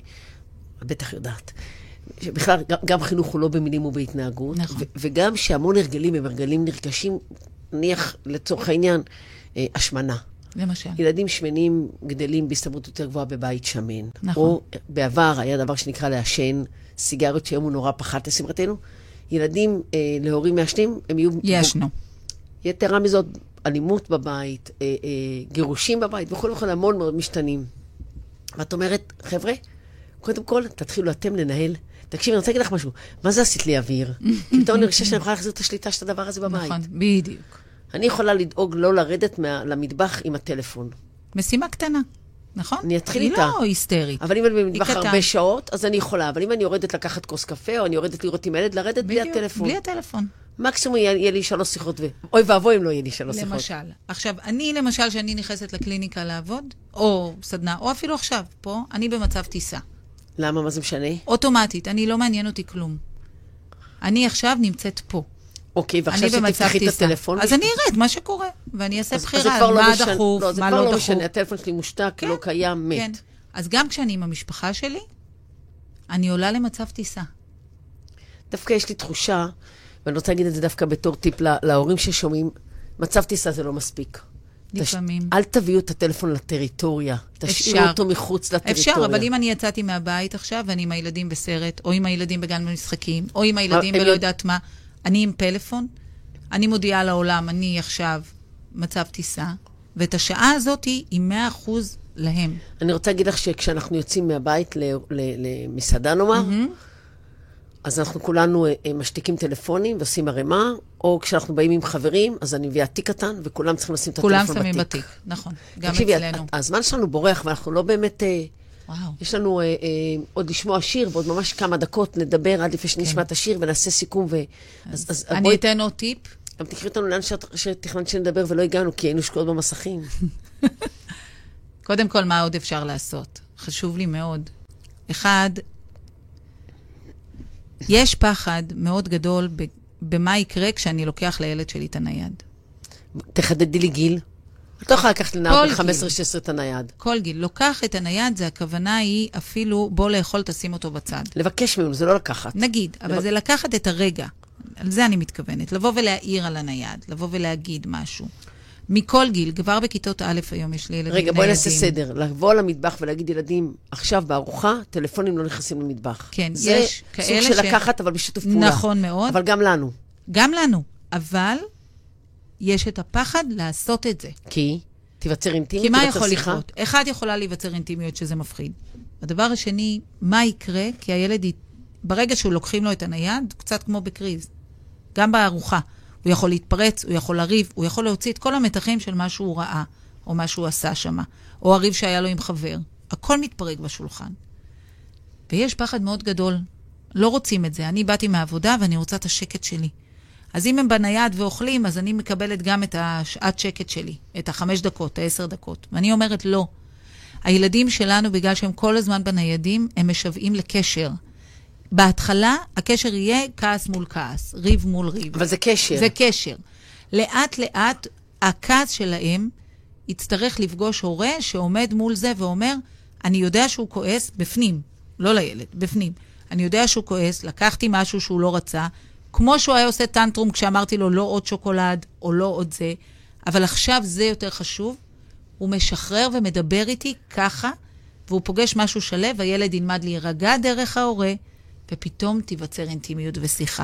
בטח יודעת. שבכלל, גם חינוך הוא לא במילים ובהתנהגות, נכון. וגם שהמון הרגלים הם הרגלים נרגשים, נניח לצורך העניין, השמנה. למשל. ילדים שמנים גדלים בהסתברות יותר גבוהה בבית שמן. נכון. או בעבר היה דבר שנקרא לעשן, סיגריות שהיום הוא נורא פחת לשמחתנו. ילדים להורים מעשנים, הם יהיו... ישנו. יתרה מזאת, אלימות בבית, גירושים בבית, וכל אחד המון מאוד משתנים. ואת אומרת, חבר'ה, קודם כל, תתחילו אתם לנהל. תקשיב, אני רוצה להגיד לך משהו. מה זה עשית לי אוויר? כי פתאום אני חושבת שאני יכולה להחזיר את השליטה של הדבר הזה בבית. נכון, בדיוק. אני יכולה לדאוג לא לרדת למטבח עם הטלפון. משימה קטנה, נכון? אני אתחיל איתה. היא לא היסטרית. אבל אם אני במטבח הרבה שעות, אז אני יכולה. אבל אם אני יורדת לקחת כוס קפה, או אני יורדת לראות עם ילד, לרדת בלי הטלפון. בלי הטלפון. מקסימום יהיה לי 3 שיחות, אוי ואבוי אם לא יהיה לי 3 שיחות. למשל. עכשיו, למשל, שאני נכנסת לקליניקה לעבוד, או סדנה, או אפילו עכשיו, פה, אני במצב טיסה. למה? מה זה משנה? אוטומטית, אני לא מעניין אותי כלום. אני עכשיו נמצאת פה. אוקיי, ועכשיו שתפתחי את הטלפון. אז אני ארד מה שקורה, ואני אעשה בחירה, מה דחוף, מה לא דחוף. זה כבר לא משנה, הטלפון שלי מושתק, לא קיים, מת. אז גם כשאני עם המשפחה שלי, אני עולה למצב טיסה. דווקא יש לי תחושה, ואני רוצה להגיד את זה דווקא בתור טיפ להורים ששומעים, מצב טיסה זה לא מספיק. לפעמים. אל תביאו את הטלפון לטריטוריה. תשאירו אותו מחוץ לטריטוריה. אפשר, אבל אם אני יצאתי מהבית עכשיו, ואני עם הילדים בסרט, או עם הילדים בגן במשחקים, או עם הילדים בלא יודעת מה, אני עם פלאפון, אני מודיעה לעולם, אני עכשיו מצב טיסה, ואת השעה הזאת היא 100% להם. אני רוצה להגיד לך שכשאנחנו יוצאים מהבית למסעדה נאמר, אז אנחנו כולנו משתיקים טלפונים ועושים הרמה, או כשאנחנו באים עם חברים, אז אני מביאה תיק קטן, וכולם צריכים לשים את הטלפון בתיק. כולם שמים בתיק, נכון. גם תקשיבי, אצלנו. הזמן שלנו בורח, ואנחנו לא באמת... וואו. יש לנו עוד לשמוע שיר, ועוד ממש כמה דקות נדבר עד לפני שנשמע את השיר, ונעשה סיכום. אני אתן עוד טיפ. גם תקחי אותנו לאן שתכננת שנדבר ולא הגענו, כי היינו שקועות במסכים. קודם כל, מה עוד אפשר לעשות? חשוב לי מאוד. אחד, יש פחד מאוד גדול במה יקרה כשאני לוקח לילד שלי את הנייד. תחדדי לי גיל. את לא יכולה לקחת לנער ב-15-16 את הנייד. כל גיל. לוקח את הנייד, זה הכוונה היא אפילו בוא לאכול, תשים אותו בצד. לבקש ממנו, זה לא לקחת. נגיד, אבל זה לקחת את הרגע. על זה אני מתכוונת. לבוא ולהעיר על הנייד, לבוא ולהגיד משהו. מכל גיל, כבר בכיתות א' היום יש לי ילדים ניידים. רגע, בואי נעשה סדר. לבוא למטבח ולהגיד ילדים, עכשיו בארוחה, טלפונים לא נכנסים למטבח. כן, יש כאלה סוג של לקחת, אבל בשיתוף פעולה. נכון מאוד. אבל גם לנו. גם לנו. אבל יש את הפחד לעשות את זה. כי? תיווצר אינטימיות? כי מה יכול לקרות? אחד יכולה להיווצר אינטימיות שזה מפחיד. הדבר השני, מה יקרה? כי הילד, ברגע שהוא לוקחים לו את הנייד, קצת כמו בקריז. גם בארוחה. הוא יכול להתפרץ, הוא יכול לריב, הוא יכול להוציא את כל המתחים של מה שהוא ראה, או מה שהוא עשה שמה, או הריב שהיה לו עם חבר. הכל מתפרק בשולחן. ויש פחד מאוד גדול. לא רוצים את זה. אני באתי מהעבודה ואני רוצה את השקט שלי. אז אם הם בנייד ואוכלים, אז אני מקבלת גם את השעת שקט שלי, את 5 דקות, 10 דקות. ואני אומרת לא. הילדים שלנו, בגלל שהם כל הזמן בניידים, הם משוועים לקשר. בהתחלה, הקשר יהיה כעס מול כעס, ריב מול ריב. אבל זה קשר. זה קשר. לאט לאט, הכעס שלהם יצטרך לפגוש הורה שעומד מול זה ואומר, אני יודע שהוא כועס בפנים, לא לילד, בפנים. אני יודע שהוא כועס, לקחתי משהו שהוא לא רצה, כמו שהוא היה עושה טנטרום כשאמרתי לו לא עוד שוקולד או לא עוד זה, אבל עכשיו זה יותר חשוב. הוא משחרר ומדבר איתי ככה, והוא פוגש משהו שלב, הילד ילמד להירגע דרך ההורה, ופתאום תיווצר אינטימיות ושיחה.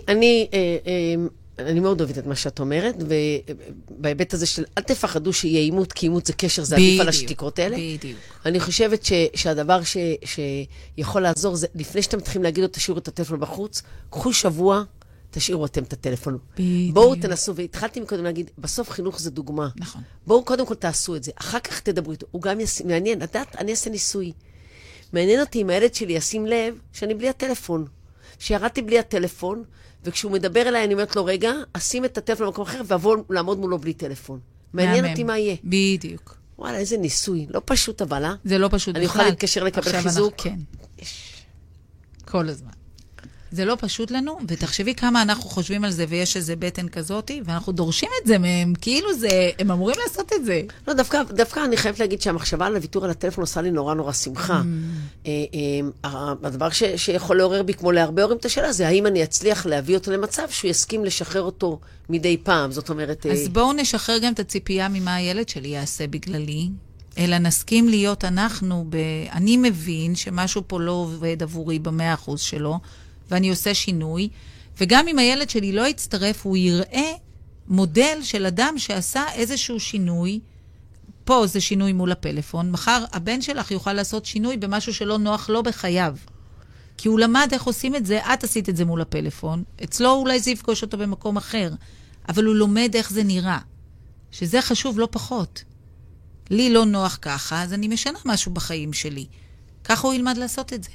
אני מאוד אוהבת את מה שאת אומרת, ובהיבט הזה של אל תפחדו שיהיה אימות, כי אימות זה קשר, זה עדיף על השתיקות האלה. בדיוק. אני חושבת שהדבר שיכול לעזור זה, לפני שאתם מתחילים להגיד לו, תשאירו את הטלפון בחוץ, קחו שבוע, תשאירו אתם את הטלפון. בדיוק. בואו תנסו, והתחלתי מקודם להגיד, בסוף חינוך זה דוגמה. נכון. בואו קודם כל תעשו את זה, אחר כך תדברו איתו. הוא גם מעניין, לדעת, אני אעשה ניסוי. מעניין אותי אם הילד שלי ישים לב שאני בלי הטלפון. שירדתי בלי הטלפון, וכשהוא מדבר אליי, אני אומרת לו, רגע, אשים את הטלפון במקום אחר, ועבור לעמוד מולו בלי טלפון. מעניין אותי מה יהיה. בדיוק. וואלה, איזה ניסוי. לא פשוט אבל, אה? זה לא פשוט בכלל. אני יכולה להתקשר לקבל חיזוק? כן. כל הזמן. זה לא פשוט לנו, ותחשבי כמה אנחנו חושבים על זה, ויש איזה בטן כזאת, ואנחנו דורשים את זה מהם, כאילו זה, הם אמורים לעשות את זה. לא, דווקא אני חייבת להגיד שהמחשבה על הוויתור על הטלפון עושה לי נורא נורא שמחה. הדבר שיכול לעורר בי כמו להרבה הורים את השאלה, זה האם אני אצליח להביא אותו למצב שהוא יסכים לשחרר אותו מדי פעם. זאת אומרת... אז בואו נשחרר גם את הציפייה ממה הילד שלי יעשה בגללי, אלא נסכים להיות אנחנו אני מבין שמשהו פה לא עובד עבורי ב100% שלו, ואני עושה שינוי, וגם אם הילד שלי לא יצטרף, הוא יראה מודל של אדם שעשה איזשהו שינוי, פה זה שינוי מול הפלאפון, מחר הבן שלך יוכל לעשות שינוי במשהו שלא נוח לו בחייו. כי הוא למד איך עושים את זה, את עשית את זה מול הפלאפון, אצלו אולי זה יפגוש אותו במקום אחר, אבל הוא לומד איך זה נראה, שזה חשוב לא פחות. לי לא נוח ככה, אז אני משנה משהו בחיים שלי. ככה הוא ילמד לעשות את זה.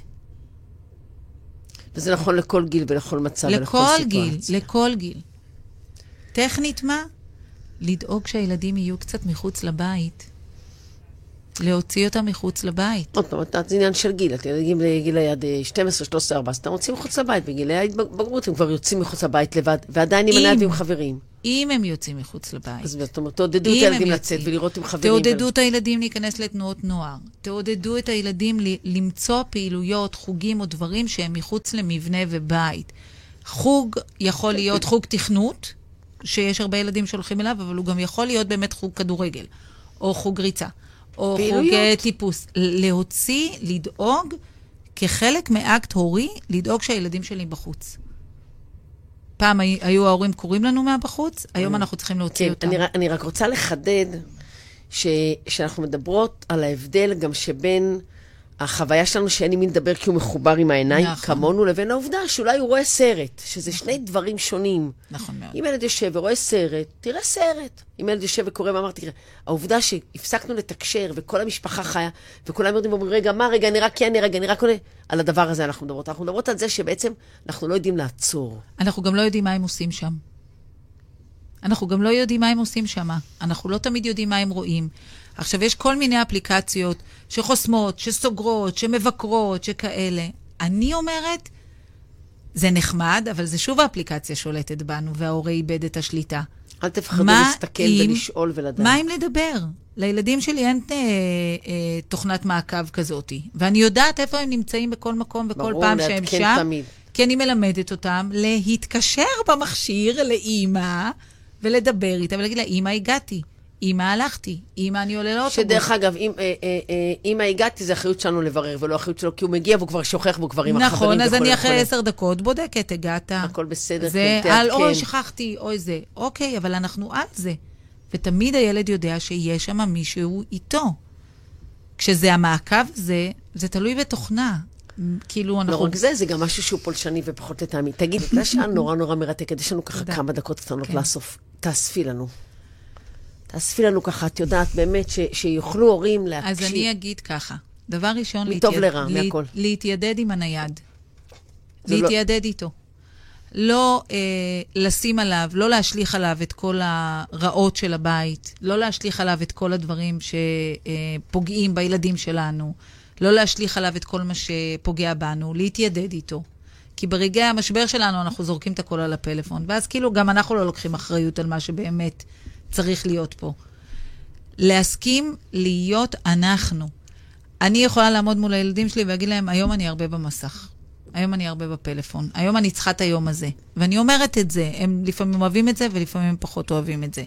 וזה נכון לכל גיל ולכל מצב ולכל סיטואציה. לכל גיל. טכנית מה? לדאוג שהילדים יהיו קצת מחוץ לבית. להוציא אותם מחוץ לבית. עוד פעם, זה עניין של גיל. אתם יודעים לגיל היד 12, 13, 14, אתם רוצים מחוץ לבית. בגילי ההתבגרות הם כבר יוצאים מחוץ לבית לבד, ועדיין עם חברים. אם הם יוצאים מחוץ לבית. אז זאת אומרת, תעודדו את הילדים לצאת ולראות עם חברים. תעודדו את הילדים להיכנס לתנועות נוער. תעודדו את הילדים למצוא פעילויות, חוגים או דברים שהם מחוץ למבנה ובית. חוג יכול להיות חוג תכנות, שיש הרבה ילדים שהולכים אליו, אבל הוא גם יכול להיות באמת חוג כדורגל, או חוג ריצה, או חוג טיפוס. להוציא, לדאוג, כחלק מאקט הורי, לדאוג שהילדים שלי בחוץ. פעם היו ההורים קוראים לנו מהבחוץ, היום אנחנו צריכים להוציא אותם. אני רק רוצה לחדד שאנחנו מדברות על ההבדל גם שבין החוויה שלנו שאין עם מי לדבר כי הוא מחובר עם העיניים, כמונו, לבין העובדה שאולי הוא רואה סרט, שזה שני דברים שונים. נכון מאוד. אם ילד יושב ורואה סרט, תראה סרט. אם ילד יושב וקורא מאמר, תראה. העובדה שהפסקנו לתקשר, וכל המשפחה חיה, וכולם יודעים ואומרים, רגע, אני רק עונה. על הדבר הזה אנחנו מדברות. אנחנו מדברות על זה שבעצם אנחנו לא יודעים לעצור. אנחנו גם לא יודעים מה הם עושים שם. אנחנו לא תמיד יודעים מה הם רואים. עכשיו, יש כל מיני אפליקציות שחוסמות, שסוגרות, שמבקרות, שכאלה. אני אומרת, זה נחמד, אבל זה שוב האפליקציה שולטת בנו, וההורה איבד את השליטה. אל תפחדו להסתכל ולשאול ולדעת. מה אם לדבר? לילדים שלי אין תוכנת מעקב כזאת. ואני יודעת איפה הם נמצאים בכל מקום, וכל פעם שהם שם. תמיד. כי אני מלמדת אותם להתקשר במכשיר לאמא, ולדבר איתה, ולהגיד לה, אמא הגעתי. אמא הלכתי, אמא אני עולה לאוטובוס. שדרך אגב, אמא הגעתי, זה אחריות שלנו לברר, ולא אחריות שלו, כי הוא מגיע והוא כבר שוכח, והוא כבר עם החברים. נכון, אז אני אחרי 10 דקות בודקת, הגעת. הכל בסדר, זה על אוי, שכחתי, אוי זה. אוקיי, אבל אנחנו על זה. ותמיד הילד יודע שיש שם מישהו איתו. כשזה המעקב, זה תלוי בתוכנה. כאילו אנחנו... לא רק זה גם משהו שהוא פולשני ופחות לטעמי. תגיד, אתה שעה נורא נורא מרתקת, יש לנו ככה כמה דקות קטנות לאסוף. תאספי לנו ככה, את יודעת באמת שיוכלו הורים להקשיב. אז אני אגיד ככה, דבר ראשון, מטוב לרע, מהכל. להתיידד עם הנייד. להתיידד איתו. לא לשים עליו, לא להשליך עליו את כל הרעות של הבית, לא להשליך עליו את כל הדברים שפוגעים בילדים שלנו, לא להשליך עליו את כל מה שפוגע בנו, להתיידד איתו. כי ברגעי המשבר שלנו אנחנו זורקים את הכל על הפלאפון, ואז כאילו גם אנחנו לא לוקחים אחריות על מה שבאמת צריך להיות פה. להסכים להיות אנחנו. אני יכולה לעמוד מול הילדים שלי ולהגיד להם, היום אני הרבה במסך. היום אני הרבה בפלאפון. היום אני צריכה את היום הזה. ואני אומרת את זה. הם לפעמים אוהבים את זה ולפעמים הם פחות אוהבים את זה.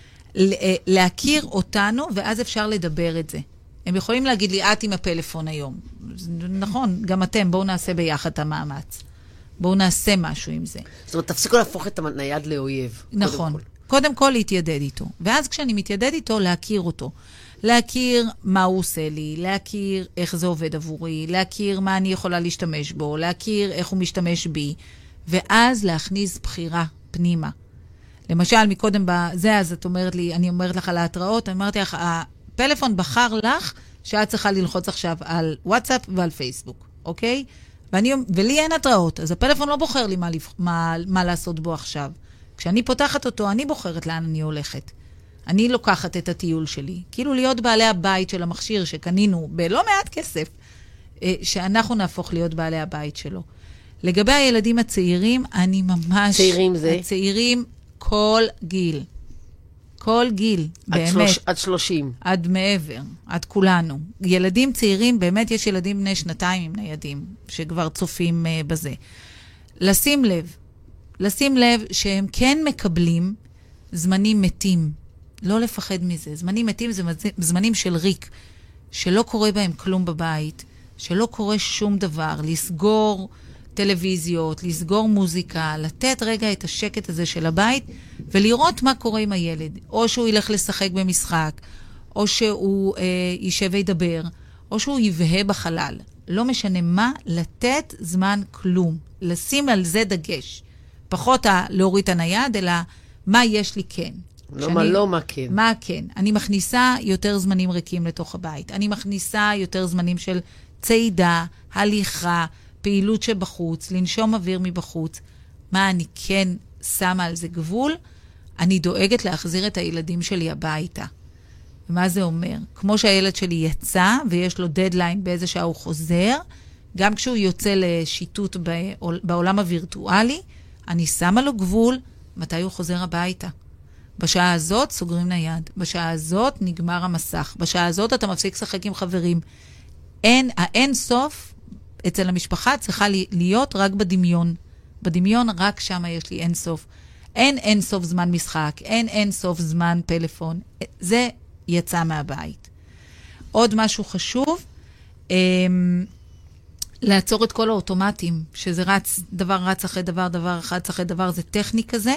להכיר אותנו ואז אפשר לדבר את זה. הם יכולים להגיד לי, את עם הפלאפון היום. נכון, גם אתם, בואו נעשה ביחד את המאמץ. בואו נעשה משהו עם זה. זאת אומרת, תפסיקו להפוך את הנייד לאויב. נכון. קודם כל להתיידד איתו. ואז כשאני מתיידד איתו, להכיר אותו. להכיר מה הוא עושה לי, להכיר איך זה עובד עבורי, להכיר מה אני יכולה להשתמש בו, להכיר איך הוא משתמש בי, ואז להכניס בחירה פנימה. למשל, מקודם בזה, אז את אומרת לי, אני אומרת לך על ההתראות, אני אומרת לך, הפלאפון בחר לך שאת צריכה ללחוץ עכשיו על וואטסאפ ועל פייסבוק, אוקיי? ולי אין התראות, אז הפלאפון לא בוחר לי מה לעשות בו עכשיו. כשאני פותחת אותו, אני בוחרת לאן אני הולכת. אני לוקחת את הטיול שלי. כאילו להיות בעלי הבית של המכשיר שקנינו בלא מעט כסף, שאנחנו נהפוך להיות בעלי הבית שלו. לגבי הילדים הצעירים, אני ממש... צעירים זה? הצעירים כל גיל. כל גיל, באמת. עד 30. עד מעבר, עד כולנו. ילדים צעירים, באמת יש ילדים בני 2 עם ניידים, שכבר צופים בזה. לשים לב שהם כן מקבלים זמנים מתים. לא לפחד מזה. זמנים מתים זה זמנים של ריק, שלא קורה בהם כלום בבית, שלא קורה שום דבר, לסגור טלוויזיות, לסגור מוזיקה, לתת רגע את השקט הזה של הבית, ולראות מה קורה עם הילד. או שהוא ילך לשחק במשחק, או שהוא יישב וידבר, או שהוא יבהה בחלל. לא משנה מה, לתת זמן כלום. לשים על זה דגש. פחות להוריד את הנייד, אלא מה יש לי כן. לא מה לא, מה כן. מה כן. אני מכניסה יותר זמנים ריקים לתוך הבית. אני מכניסה יותר זמנים של צעידה, הליכה, פעילות שבחוץ, לנשום אוויר מבחוץ. מה אני כן שמה על זה גבול? אני דואגת להחזיר את הילדים שלי הביתה. ומה זה אומר? כמו שהילד שלי יצא ויש לו דדליין באיזה שעה הוא חוזר, גם כשהוא יוצא לשיטוט בעולם הווירטואלי, אני שמה לו גבול מתי הוא חוזר הביתה. בשעה הזאת סוגרים נייד. בשעה הזאת נגמר המסך. בשעה הזאת אתה מפסיק לשחק עם חברים. האין סוף אצל המשפחה צריכה להיות רק בדמיון. בדמיון רק שם יש לי אין סוף. אין סוף זמן משחק. אין סוף זמן פלאפון. זה יצא מהבית. עוד משהו חשוב, לעצור את כל האוטומטים, שזה דבר רץ אחרי דבר, דבר אחד אחרי דבר, זה טכני כזה,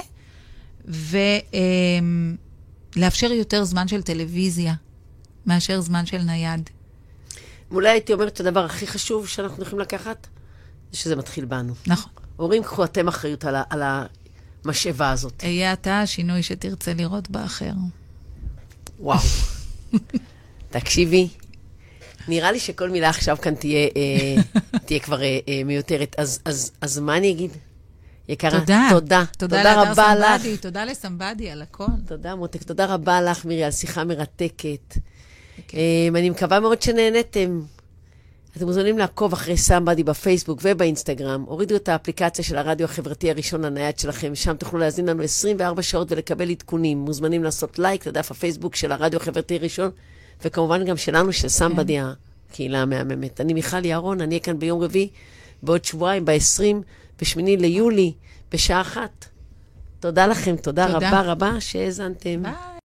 ולאפשר יותר זמן של טלוויזיה, מאשר זמן של נייד. אולי הייתי אומרת שהדבר הכי חשוב שאנחנו יכולים לקחת, זה שזה מתחיל בנו. נכון. הורים, קחו אתם אחריות על המשאבה הזאת. היה אתה השינוי שתרצה לראות באחר. וואו. תקשיבי, נראה לי שכל מילה עכשיו כאן תהיה כבר מיותרת. אז מה אני אגיד? יקרה, תודה. תודה רבה לך. תודה לסמבדי על הכל. תודה מותק, תודה רבה לך מירי על שיחה מרתקת. אני מקווה מאוד שנהנתם. אתם מוזמנים לעקוב אחרי סמבדי בפייסבוק ובאינסטגרם. הורידו את האפליקציה של הרדיו החברתי הראשון לנייד שלכם, שם תוכלו להזין לנו 24 שעות ולקבל עדכונים. מוזמנים לעשות לייק לדף הפייסבוק של הרדיו החברתי הראשון, וכמובן גם שלנו, של סמבדי, הקהילה המהממת. אני מיכל יערון, אני אהיה כאן ביום רביעי, בעוד שבועיים, ב-28 ליולי, בשעה 1. תודה לכם, תודה רבה רבה שהאזנתם. ביי.